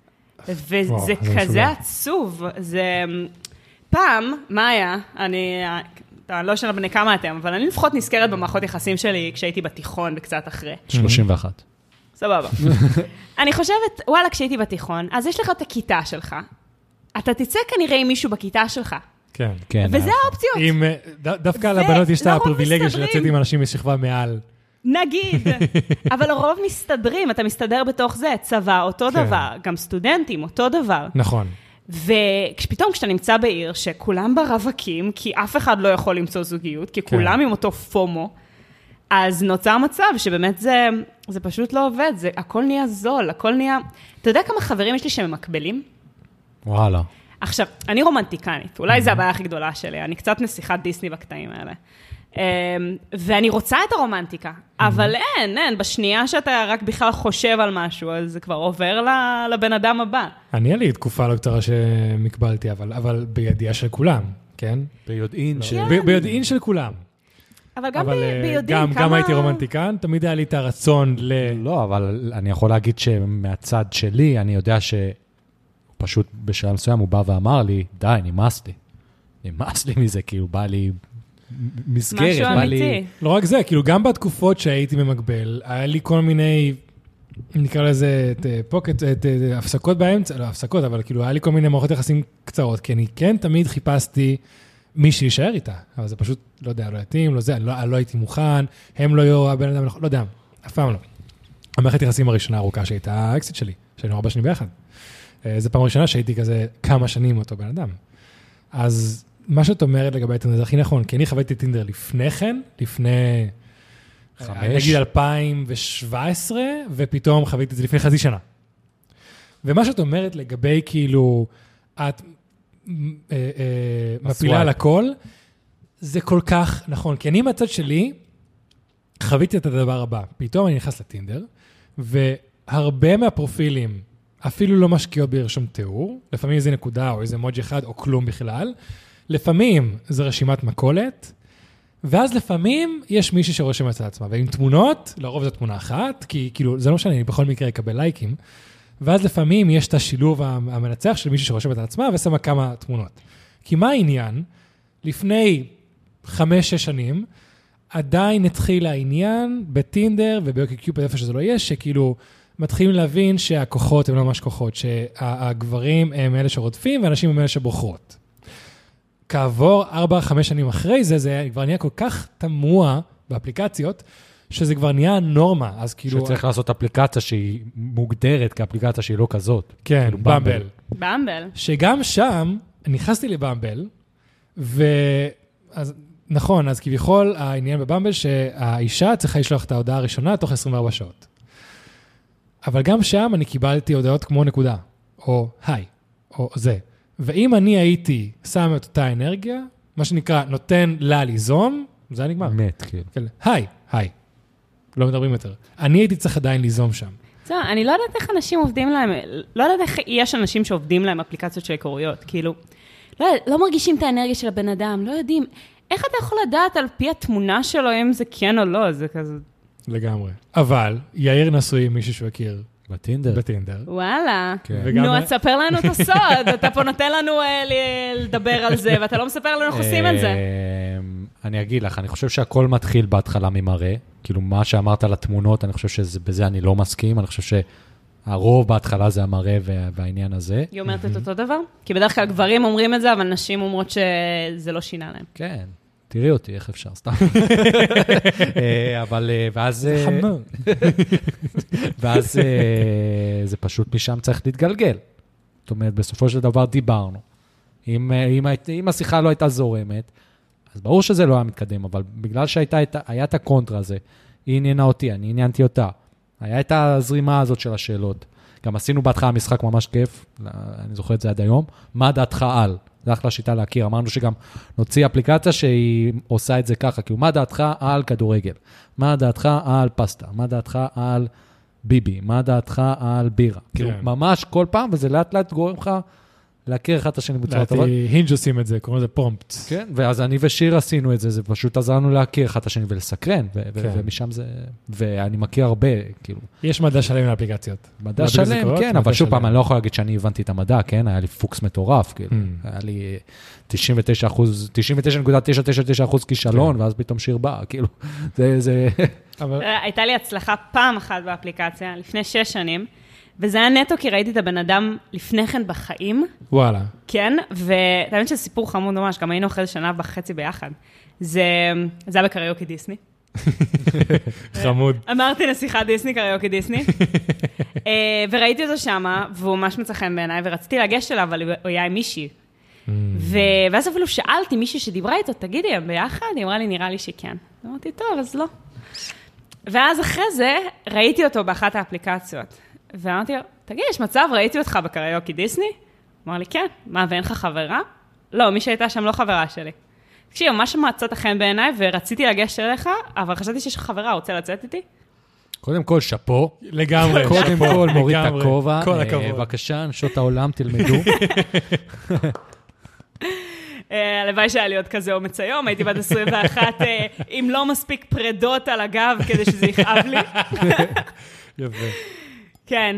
וזה כזה עצוב. זה... פעם, מה היה? אני... אני לא שנה בני כמה אתם, אבל אני לפחות נזכרת במערכות יחסים שלי כשהייתי בתיכון וקצת אחרי. שלושים ואחת. סבבה. אני חושבת, וואלה, כשהייתי בתיכון, אז יש לך את הכיתה שלך. אתה תצא כנראה עם מישהו בכיתה שלך. כן. כן. וזה האופציות. עם, דווקא לבנות יש את הפריבילגיה של לצאת עם אנשים משכבה מעל. נגיד. אבל הרוב מסתדרים, אתה מסתדר בתוך זה, צבא, אותו דבר, גם סטודנטים, אותו דבר. נכון. ופתאום כשאתה נמצא בעיר שכולם ברווקים, כי אף אחד לא יכול למצוא זוגיות, כי כולם עם אותו פומו, אז נוצר מצב שבאמת זה, זה פשוט לא עובד, זה, הכל נהיה זול, הכל נהיה... אתה יודע כמה חברים יש לי שממקבלים? וואלה. עכשיו, אני רומנטיקנית, אולי זו הבעיה הכי גדולה שלי, אני קצת נסיכת דיסני בקטעים האלה. ואני רוצה את הרומנטיקה, אבל אין, אין, בשנייה שאתה רק בכלל חושב על משהו, אז זה כבר עובר לבן אדם הבא. אני היה לי תקופה לא קצרה שמקבלתי, אבל, אבל בידיעה של כולם, כן? ביודעין של... ב- ביודעין של כולם. אבל גם אבל ביודעים גם, כמה... גם הייתי רומנטיקן, תמיד היה לי את הרצון ל... לא, אבל אני יכול להגיד שמהצד שלי, אני יודע שהוא פשוט בשלב מסוים, הוא בא ואמר לי, די, נמאס לי. נמאס לי מזה, כאילו, בא לי... מסגרת, משהו בא לי... אמיתי. לא רק זה, כאילו גם בתקופות שהייתי ממקבל, היה לי כל מיני, נקרא לזה, את פוקט, את הפסקות באמצע, לא הפסקות, אבל כאילו היה לי כל מיני מערכות יחסים קצרות, כי אני כן תמיד חיפשתי מי שישאר איתה, אבל זה פשוט, לא יודע, לא יתאים, לא זה, אני לא, אני לא הייתי מוכן, הם לא יהיו, הבן אדם, לא יודע, אף פעם לא. המערכת יחסים הראשונה הארוכה שהייתה האקסיט שלי, שהיינו ארבע שנים ביחד. זו פעם ראשונה שהייתי כזה כמה שנים עם אותו בן אדם. אז מה שאת אומרת לגבי טינדר, זה הכי נכון, כי אני חוויתי טינדר לפני כן, לפני, חמש. נגיד אלפיים שבע עשרה, ופתאום חוויתי את זה לפני חצי שנה. ומה שאת אומרת לגבי כאילו, את אה, אה, מפילה על הכל, זה כל כך נכון, כי אני מהצד שלי, חוויתי את הדבר הבא, פתאום אני נכנס לטינדר, והרבה מהפרופילים, אפילו לא משקיעות ברשום תיאור, לפעמים איזה נקודה או איזה מוג'י אחד או כלום בכלל, לפעמים זה רשימת מקולת, ואז לפעמים יש מישהו שרושם את עצמה, ועם תמונות, לרוב זו תמונה אחת, כי כאילו, זה לא משנה, אני בכל מקרה אקבל לייקים, ואז לפעמים יש את השילוב המנצח של מישהו שרושם את עצמה, ושמה כמה תמונות. כי מה העניין? לפני חמש, שש שנים, עדיין התחיל העניין בטינדר ובאוקיקיופד, איפה שזה לא יש, שכאילו מתחילים להבין שהכוחות הם לא ממש כוחות, שהגברים הם אלה שרודפים, ואנשים הם אלה שבוחרות. כעבור ארבע, חמש שנים אחרי זה, זה כבר נהיה כל כך תמוה באפליקציות, שזה כבר נהיה נורמה, אז כאילו... שצריך לעשות אפליקציה שהיא מוגדרת כאפליקציה שהיא לא כזאת. כן, כאילו במבל. במבל. שגם שם, נכנסתי לבמבל, ואז, נכון, אז כביכול העניין בבמבל, שהאישה צריכה לשלוח את ההודעה הראשונה תוך עשרים וארבע שעות. אבל גם שם אני קיבלתי הודעות כמו נקודה, או היי, או זה. ואם אני הייתי שם את אותה אנרגיה, מה שנקרא, נותן לה ליזום, זה היה נגמר. אמת, כן. היי, היי. לא מדברים יותר. אני הייתי צריך עדיין ליזום שם. זהו, אני לא יודעת איך אנשים עובדים להם, לא יודעת איך יש אנשים שעובדים להם אפליקציות של היכרויות, כאילו, לא, לא מרגישים את האנרגיה של הבן אדם, לא יודעים, איך אתה יכול לדעת על פי התמונה שלו, אם זה כן או לא, זה כזה... לגמרי. אבל, יאיר נשוי עם מישהו שהוא הכיר. בטינדר. בטינדר. וואלה. כן. נו, אז ספר לנו את הסוד, אתה פה נותן לנו לדבר על זה, ואתה לא מספר לנו איך עושים את זה. אני אגיד לך, אני חושב שהכל מתחיל בהתחלה ממראה, כאילו מה שאמרת על התמונות, אני חושב שבזה אני לא מסכים, אני חושב שהרוב בהתחלה זה המראה והעניין הזה. היא אומרת את אותו דבר? כי בדרך כלל גברים אומרים את זה, אבל נשים אומרות שזה לא שינה להם. כן. תראי אותי, איך אפשר, סתם. אבל, ואז... זה חמור. ואז זה פשוט משם צריך להתגלגל. זאת אומרת, בסופו של דבר דיברנו. אם, אם, אם השיחה לא הייתה זורמת, אז ברור שזה לא היה מתקדם, אבל בגלל שהייתה, היה את הקונטרה הזה, היא עניינה אותי, אני עניינתי אותה. היה את הזרימה הזאת של השאלות. גם עשינו בהתחלה משחק ממש כיף, אני זוכר את זה עד היום. מה דעתך על? זה אחלה שיטה להכיר. אמרנו שגם נוציא אפליקציה שהיא עושה את זה ככה, כאילו, מה דעתך על כדורגל? מה דעתך על פסטה? מה דעתך על ביבי? מה דעתך על בירה? כאילו, ממש כל פעם, וזה לאט לאט גורם לך להכיר אחד את השני בצורה טובה. הינג' עושים את זה, קוראים לזה פרומפט. כן, ואז אני ושיר עשינו את זה, זה פשוט עזרנו להכיר אחד את השני ולסקרן, ומשם זה, ואני מכיר הרבה, כאילו. יש מדע שלם לאפליקציות. מדע שלם, כן, אבל שוב פעם, אני לא יכול להגיד שאני הבנתי את המדע, כן, היה לי פוקס מטורף, כאילו, היה לי תשעים ותשע אחוז, תשעים ותשע נקודה תשע תשע תשע אחוז כישלון, ואז פתאום שיר בא, כאילו, זה, זה... הייתה לי הצלחה פעם אחת באפליקציה, לפני שש שנים, וזה היה נטו, כי ראיתי את הבן אדם לפני כן בחיים. וואלה. כן, ואתה מבין שזה סיפור חמוד ממש, גם היינו אחרי שנה וחצי ביחד. זה, זה היה בקריוקי דיסני. חמוד. אמרתי נסיכה דיסני, קריוקי דיסני. וראיתי אותו שם, והוא ממש מצא חן בעיניי, ורציתי לגשת אליו, אבל הוא היה עם מישהי. ואז אפילו שאלתי מישהי שדיברה איתו, תגידי, הם ביחד? היא אמרה לי, נראה לי שכן. אמרתי, טוב, אז לא. ואז אחרי זה, ראיתי אותו באחת האפליקציות. ואמרתי לו, תגיד, יש מצב, ראיתי אותך בקריוקי דיסני? אמר לי, כן. מה, ואין לך חברה? לא, מי שהייתה שם לא חברה שלי. תקשיב, ממש מצאת חן בעיניי, ורציתי לגשת אליך, אבל חשבתי שיש לך חברה, רוצה לצאת איתי? קודם כל, שפו. לגמרי. קודם כל, מוריד את הכובע. כל הכבוד. בבקשה, נשות העולם, תלמדו. הלוואי שהיה לי עוד כזה אומץ היום, הייתי בת עשרים ואחת, אם לא מספיק פרדות על הגב, כדי שזה יכאב לי. יפה. כן,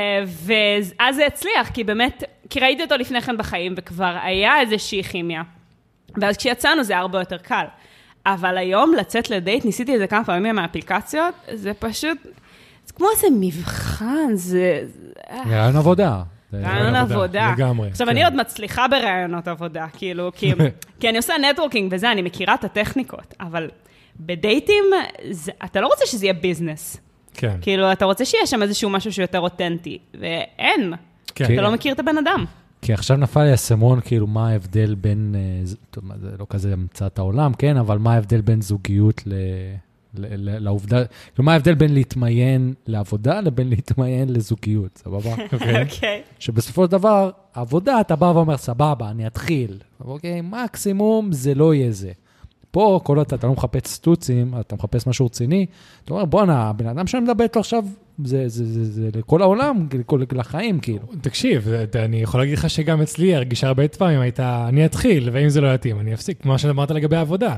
ואז זה הצליח, כי באמת, כי ראיתי אותו לפני כן בחיים, וכבר היה איזושהי כימיה. ואז כשיצאנו זה הרבה יותר קל. אבל היום לצאת לדייט, ניסיתי את זה כמה פעמים מהאפליקציות, זה פשוט, זה כמו איזה מבחן, זה... רעיון עבודה. רעיון עבודה. לגמרי. עכשיו, אני עוד מצליחה ברעיונות עבודה, כאילו, כי אני עושה נטוורקינג וזה, אני מכירה את הטכניקות, אבל בדייטים, אתה לא רוצה שזה יהיה ביזנס. כן. כאילו, אתה רוצה שיהיה שם איזשהו משהו שיותר אותנטי, ואין. אתה לא מכיר את הבן אדם. כי עכשיו נפל לי הסמון, כאילו, מה ההבדל בין, טוב, זה לא כזה המצאת העולם, כן, אבל מה ההבדל בין זוגיות ל... לעובדה, כאילו, מה ההבדל בין להתמיין לעבודה לבין להתמיין לזוגיות, סבבה? אוקיי. שבסופו של דבר, העבודה, אתה בא ואומר, סבבה, אני אתחיל. אוקיי, מקסימום זה לא יהיה זה. פה, כל עוד אתה לא מחפש סטוצים, אתה מחפש משהו רציני, אתה אומר, בוא'נה, הבן אדם שאני מדבר איתו עכשיו, זה, זה, זה, זה לכל העולם, לכל לחיים, כאילו. תקשיב, אני יכול להגיד לך שגם אצלי הרגישה הרבה פעמים הייתה, אני אתחיל, ואם זה לא יתאים, אני אפסיק, כמו שאמרת לגבי העבודה.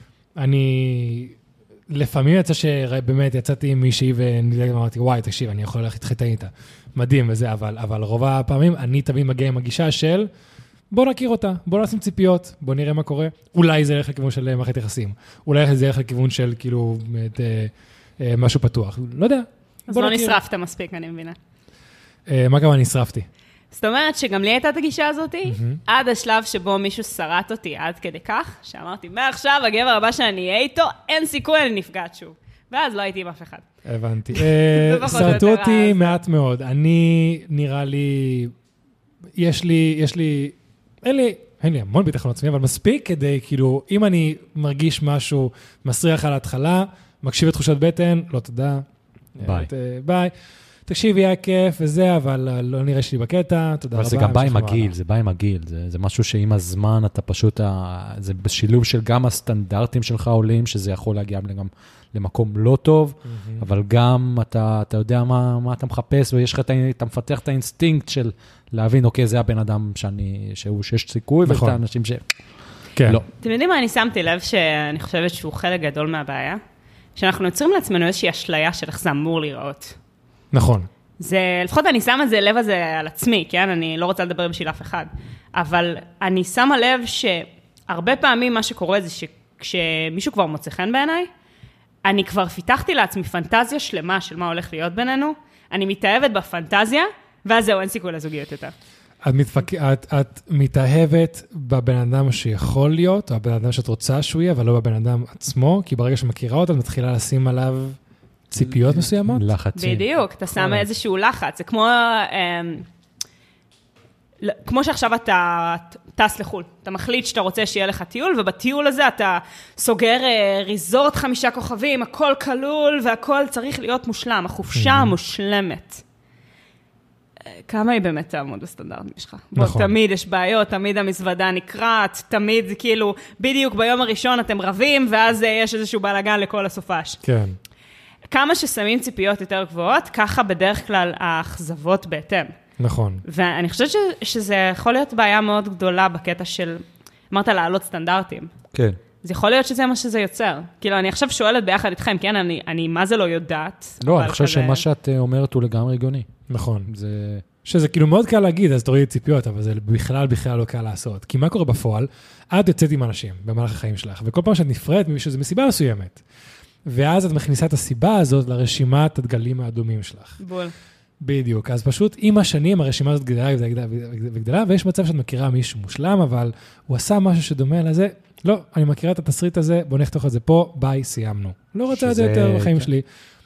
אני, לפעמים יצא שבאמת יצאתי עם מישהי, ואמרתי, וואי, תקשיב, אני יכול ללכת איתך איתה. מדהים וזה, אבל, אבל רוב הפעמים אני תמיד מגיע עם הגישה של, בוא נכיר אותה, בוא נשים ציפיות, בוא נראה מה קורה. אולי זה ילך לכיוון של מערכת יחסים. אולי זה ילך לכיוון של כאילו את, אה, אה, משהו פתוח. לא יודע. אז לא נכיר. נשרפת מספיק, אני מבינה. אה, מה כמה נשרפתי? זאת אומרת שגם לי הייתה את הגישה הזאת, mm-hmm. עד השלב שבו מישהו שרט אותי עד כדי כך, שאמרתי, מעכשיו הגבר הבא שאני אהיה איתו, אין סיכוי, אני נפגעת שוב. ואז לא הייתי עם אף אחד. הבנתי. אה, שרטו אותי מעט מאוד. אני נראה לי, יש לי, יש לי, אין לי, אין לי המון ביטחון עצמי, אבל מספיק כדי, כאילו, אם אני מרגיש משהו מסריח על ההתחלה, מקשיב את תחושת בטן, לא תודה. ביי. ביי. תקשיב, יהיה כיף וזה, אבל לא נראה שלי בקטע, תודה רבה. אבל זה גם בא עם הגיל, זה בא עם הגיל, זה, זה משהו שעם הזמן אתה פשוט, זה בשילוב של גם הסטנדרטים שלך עולים, שזה יכול להגיע גם למקום לא טוב, mm-hmm. אבל גם אתה, אתה יודע מה, מה אתה מחפש, ויש לך, אתה מפתח את האינסטינקט של להבין, אוקיי, זה הבן אדם שאני, שהוא, שיש סיכוי, נכון. ויש את האנשים ש... כן. לא. אתם יודעים מה, אני שמתי לב שאני חושבת שהוא חלק גדול מהבעיה, שאנחנו יוצרים לעצמנו איזושהי אשליה של איך זה אמור להיראות. נכון. זה, לפחות אני שמה את זה לב הזה על עצמי, כן? אני לא רוצה לדבר בשביל אף אחד. אבל אני שמה לב שהרבה פעמים מה שקורה זה שכשמישהו כבר מוצא חן בעיניי, אני כבר פיתחתי לעצמי פנטזיה שלמה של מה הולך להיות בינינו, אני מתאהבת בפנטזיה, ואז זהו, אין סיכוי לזוגיות יותר. את, מתפק... את, את מתאהבת בבן אדם שיכול להיות, או בבן אדם שאת רוצה שהוא יהיה, אבל לא בבן אדם עצמו, כי ברגע שמכירה אותה, את מתחילה לשים עליו ציפיות מסוימות. לחצים. בדיוק, אתה שם איזשהו לחץ. זה כמו, כמו שעכשיו אתה טס לחול. אתה מחליט שאתה רוצה שיהיה לך טיול, ובטיול הזה אתה סוגר ריזורט חמישה כוכבים, הכל כלול, והכל צריך להיות מושלם. החופשה המושלמת. כמה היא באמת תעמוד בסטנדרטים שלך? נכון. בוא, תמיד יש בעיות, תמיד המזוודה נקראת, תמיד כאילו, בדיוק ביום הראשון אתם רבים, ואז יש איזשהו בלגן לכל הסופש. כן. כמה ששמים ציפיות יותר גבוהות, ככה בדרך כלל האכזבות בהתאם. נכון. ואני חושבת ש, שזה יכול להיות בעיה מאוד גדולה בקטע של, אמרת לעלות סטנדרטים. כן. זה יכול להיות שזה מה שזה יוצר. כאילו, אני עכשיו שואלת ביחד איתכם, כן, אני, אני מה זה לא יודעת. לא, אני חושב שמה שאת אומרת הוא לגמרי הגיוני. נכון. זה... שזה כאילו מאוד קל להגיד, אז תורידי ציפיות, אבל זה בכלל בכלל לא קל לעשות. כי מה קורה בפועל? את יוצאת עם אנשים במהלך החיים שלך, וכל פעם שאת נפרדת ממישהו, זה מסיבה מסוימת. ואז את מכניסה את הסיבה הזאת לרשימת הדגלים האדומים שלך. בול. בדיוק. אז פשוט עם השנים הרשימה הזאת גדלה וגדלה וגדלה, ויש מצב שאת מכירה מישהו מושלם, אבל הוא עשה משהו שדומה לזה. לא, אני מכירה את התסריט הזה, בוא נחתוך את זה פה, ביי, סיימנו. לא רוצה את זה יותר בחיים שלי.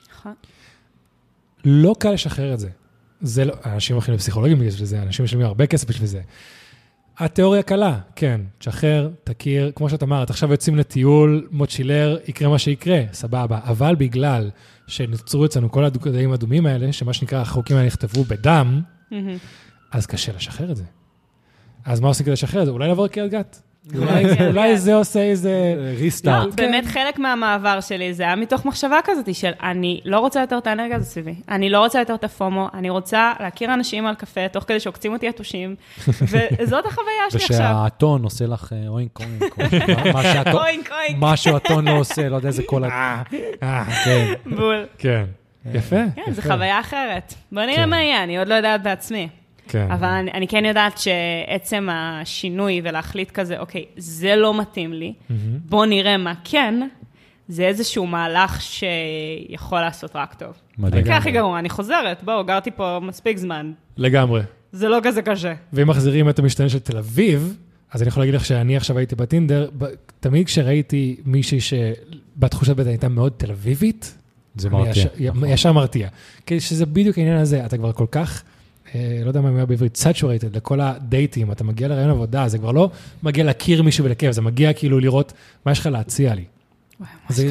לא קל לשחרר את זה. זה לא, אנשים הולכים לפסיכולוגים בשביל זה, אנשים משלמים הרבה כסף בשביל זה. התיאוריה קלה, כן, תשחרר, תכיר, כמו שאת אמרת, עכשיו יוצאים לטיול, מוצ'ילר, יקרה מה שיקרה, סבבה, אבל בגלל שנוצרו אצלנו כל הדגלים הדומים האלה, שמה שנקרא, החוקים האלה נכתבו בדם, אז קשה לשחרר את זה. אז מה עושים כדי לשחרר את זה? אולי לעבור קריית גת. אולי זה עושה איזה ריסטארט. באמת חלק מהמעבר שלי, זה היה מתוך מחשבה כזאת, של אני לא רוצה יותר את האנרגיה הזאת סביבי, אני לא רוצה יותר את הפומו, אני רוצה להכיר אנשים על קפה, תוך כדי שעוקצים אותי יתושים, וזאת החוויה שלי עכשיו. ושהאתון עושה לך אוינק, אוינק, אוינק, אוינק. משהו אתון לא עושה, לא יודע איזה כל... כן. בול. כן. יפה. כן, זו חוויה אחרת. בוא נראה מה יהיה, אני עוד לא יודעת בעצמי. כן. אבל אני, אני כן יודעת שעצם השינוי ולהחליט כזה, אוקיי, זה לא מתאים לי, mm-hmm. בוא נראה מה כן, זה איזשהו מהלך שיכול לעשות רק טוב. מדהים. זה הכי גרוע, אני חוזרת, בואו, גרתי פה מספיק זמן. לגמרי. זה לא כזה קשה. ואם מחזירים את המשתנה של תל אביב, אז אני יכול להגיד לך שאני עכשיו הייתי בטינדר, תמיד כשראיתי מישהי שבתחושת בטן הייתה מאוד תל אביבית, זה מרתיע. ישר מרתיע. כי שזה בדיוק העניין הזה, אתה כבר כל כך... לא יודע מה אומר בעברית, saturated, לכל הדייטים, אתה מגיע לרעיון עבודה, זה כבר לא מגיע להכיר מישהו ולכיף, זה מגיע כאילו לראות מה יש לך להציע לי. וואי,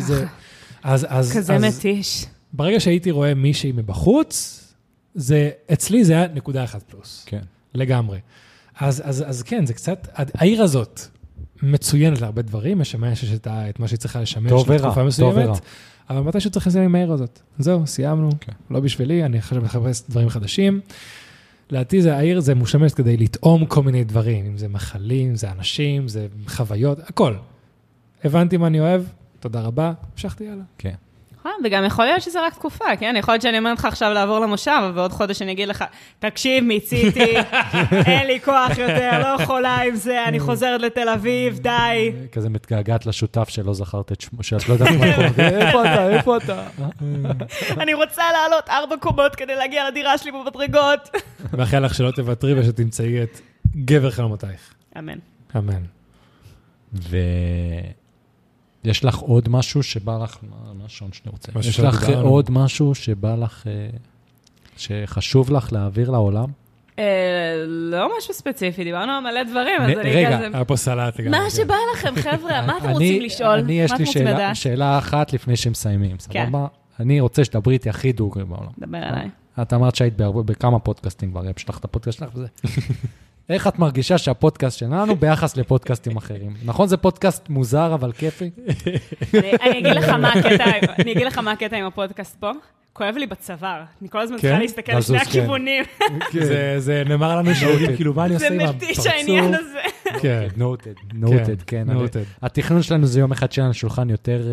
ממש ככה. כזה מתיש. ברגע שהייתי רואה מישהי מבחוץ, זה, אצלי זה היה נקודה אחת פלוס. כן. לגמרי. אז, אז, אז כן, זה קצת, העיר הזאת מצוינת להרבה דברים, משמש את מה שהיא צריכה לשמש לתקופה מסוימת, אבל מתי שצריך לסיים עם העיר הזאת? זהו, סיימנו, לא בשבילי, אני חושב לחפש דברים חדשים. לדעתי זה העיר, זה מושמש כדי לטעום כל מיני דברים, אם זה מחלים, זה אנשים, זה חוויות, הכל. הבנתי מה אני אוהב, תודה רבה, המשכתי יאללה. כן. וגם יכול להיות שזה רק תקופה, כן? יכול להיות שאני אומרת לך עכשיו לעבור למושב, ועוד חודש אני אגיד לך, תקשיב, מיציתי, אין לי כוח יותר, לא יכולה עם זה, אני חוזרת לתל אביב, די. כזה מתגעגעת לשותף שלא זכרת את שמו, שאת לא יודעת מה קורה. איפה אתה? איפה אתה? אני רוצה לעלות ארבע קומות כדי להגיע לדירה שלי במדרגות. מאחל לך שלא תוותרי ושתמצאי את גבר חלומותייך. אמן. אמן. ו... יש לך עוד משהו שבא לך, מה השעון שאני רוצה? יש לך עוד משהו שבא לך, שחשוב לך להעביר לעולם? לא משהו ספציפי, דיברנו על מלא דברים, אז אני כזה... רגע, היה פה סלט. מה שבא לכם, חבר'ה? מה אתם רוצים לשאול? אני, יש לי שאלה אחת לפני שמסיימים, סבבה? אני רוצה שדברי איתי הכי דוגרי בעולם. דבר עליי. את אמרת שהיית בהרבה- בכמה פודקאסטים כבר, פשוט לך את הפודקאסט שלך וזה. איך את מרגישה שהפודקאסט שלנו ביחס לפודקאסטים אחרים? נכון, זה פודקאסט מוזר, אבל כיפי? אני אני אגיד לך מה הקטע, אני אגיד לך מה הקטע עם הפודקאסט פה. כואב לי בצוואר. אני כל הזמן כן? צריכה להסתכל על שני לזוז, כן. הכיוונים. זה- זה נאמר לנו שהוא כאילו, מה אני עושה זה עם הפרצוף? מתיש העניין הזה. כן. נוטד, נוטד, כן. noted. התכנון שלנו זה יום אחד שיהיה לנו שולחן יותר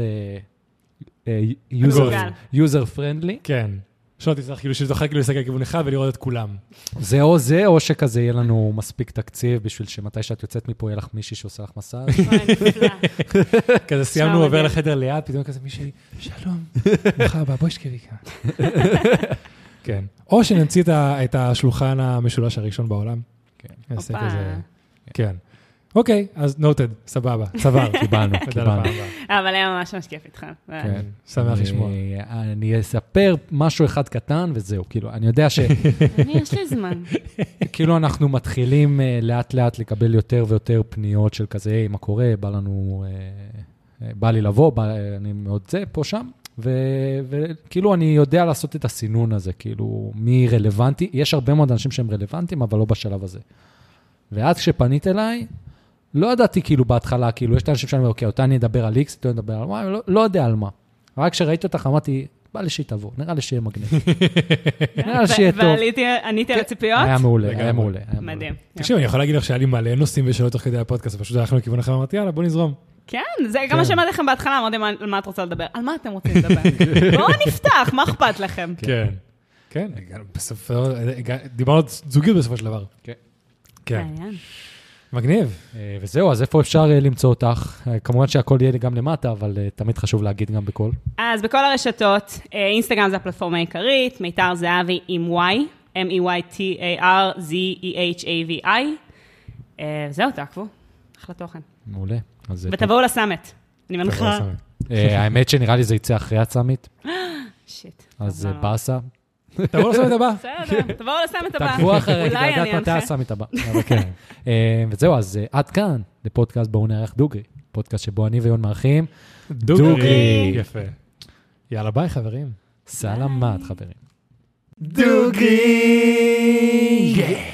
מגולגל. user friendly. כן. שלא תצטרך כאילו שזוכר כאילו להסתכל לכיוון אחד ולראות את כולם. זה או זה, או שכזה יהיה לנו מספיק תקציב בשביל שמתי שאת יוצאת מפה יהיה לך מישהי שעושה לך מסאז'. וואי, נפלא. כזה סיימנו שם עובר מדהים. לחדר ליד, פתאום כזה מישהי, שלום, ברוכה הבאה, בואי שכבי כאן. כן. או שנמציא את ה- את השולחן המשולש הראשון בעולם. כן. נעשה הופה. כזה. כן. אוקיי, אז נוטד, סבבה, צבר. קיבלנו, תודה קיבלנו. רבה. אבל היה ממש ממש כיף איתכם. כן. שמח לשמוע. אני- אני אספר משהו אחד קטן וזהו, כאילו, אני יודע אני, יש לי זמן. שכאילו אנחנו מתחילים אה, לאט לאט לקבל יותר ויותר פניות של כזה, היי, מה קורה, בא לנו, אה, אה, בא לי לבוא, בא, אה, אני מאוד זה, פה, שם, ו- וכאילו אני יודע לעשות את הסינון הזה, כאילו, מי רלוונטי, יש הרבה מאוד אנשים שהם רלוונטיים, אבל לא בשלב הזה. ואז כשפנית אליי, לא ידעתי כאילו בהתחלה, כאילו, יש את האנשים שאני אומר, אוקיי, אותה אני אדבר על X, אותה אני אדבר על Y, לא, לא יודע על מה. רק כשראיתי אותך, אמרתי, בא לי שהיא תבוא, נראה לי שיהיה מגניב. נראה לי שיהיה טוב. ועניתי על הציפיות? היה מעולה, היה לגמרי. מעולה. היה מעולה. מדהים. תקשיב, אני יכול להגיד לך שהיה לי מלא נושאים ושאלות תוך כדי הפודקאסט, פשוט הלכנו לכיוון אחר, אמרתי, יאללה, בוא נזרום. כן, זה גם מה שאמרתי לכם בהתחלה, אמרתי, "מה- על מה את רוצה לדבר? על מה אתם רוצים לדבר? בואו נפתח, מה אכפת לכם? כן. כן, הגענו בסופו, הגע- דיברנו על זוגיות בסופו של דבר. כן. כן. מעניין. מגניב. אה, וזהו, אז איפה אפשר אה, למצוא אותך? אה, כמובן שהכל יהיה גם למטה, אבל אה, תמיד חשוב להגיד גם בכל. אז בכל הרשתות, אה, אינסטגרם זה הפלטפורמה העיקרית, מיתר זהבי עם Y, M-E-Y-T-A-R-Z-E-H-A-V-I. אה, זהו, תעקבו, אחלה תוכן. מעולה. אז, אה, ותבואו לסמט, אני מנחה. אה, האמת שנראה לי זה יצא אחרי הצמית, שיט. אז טוב, אה, לא. באסה. תבואו לסמט הבא. בסדר, תבואו לסמט הבא. תעקבו אחרי, כדי אולי לדעת אני מתי אנחה. הסמית הבא. אבל כן. אה, וזהו, אז אה, עד כאן, לפודקאסט בואו נערך דוגרי. פודקאסט שבו אני ויון מארחים. דוגרי. יפה. יאללה, ביי, חברים. סלמת, חברים. דוגרי.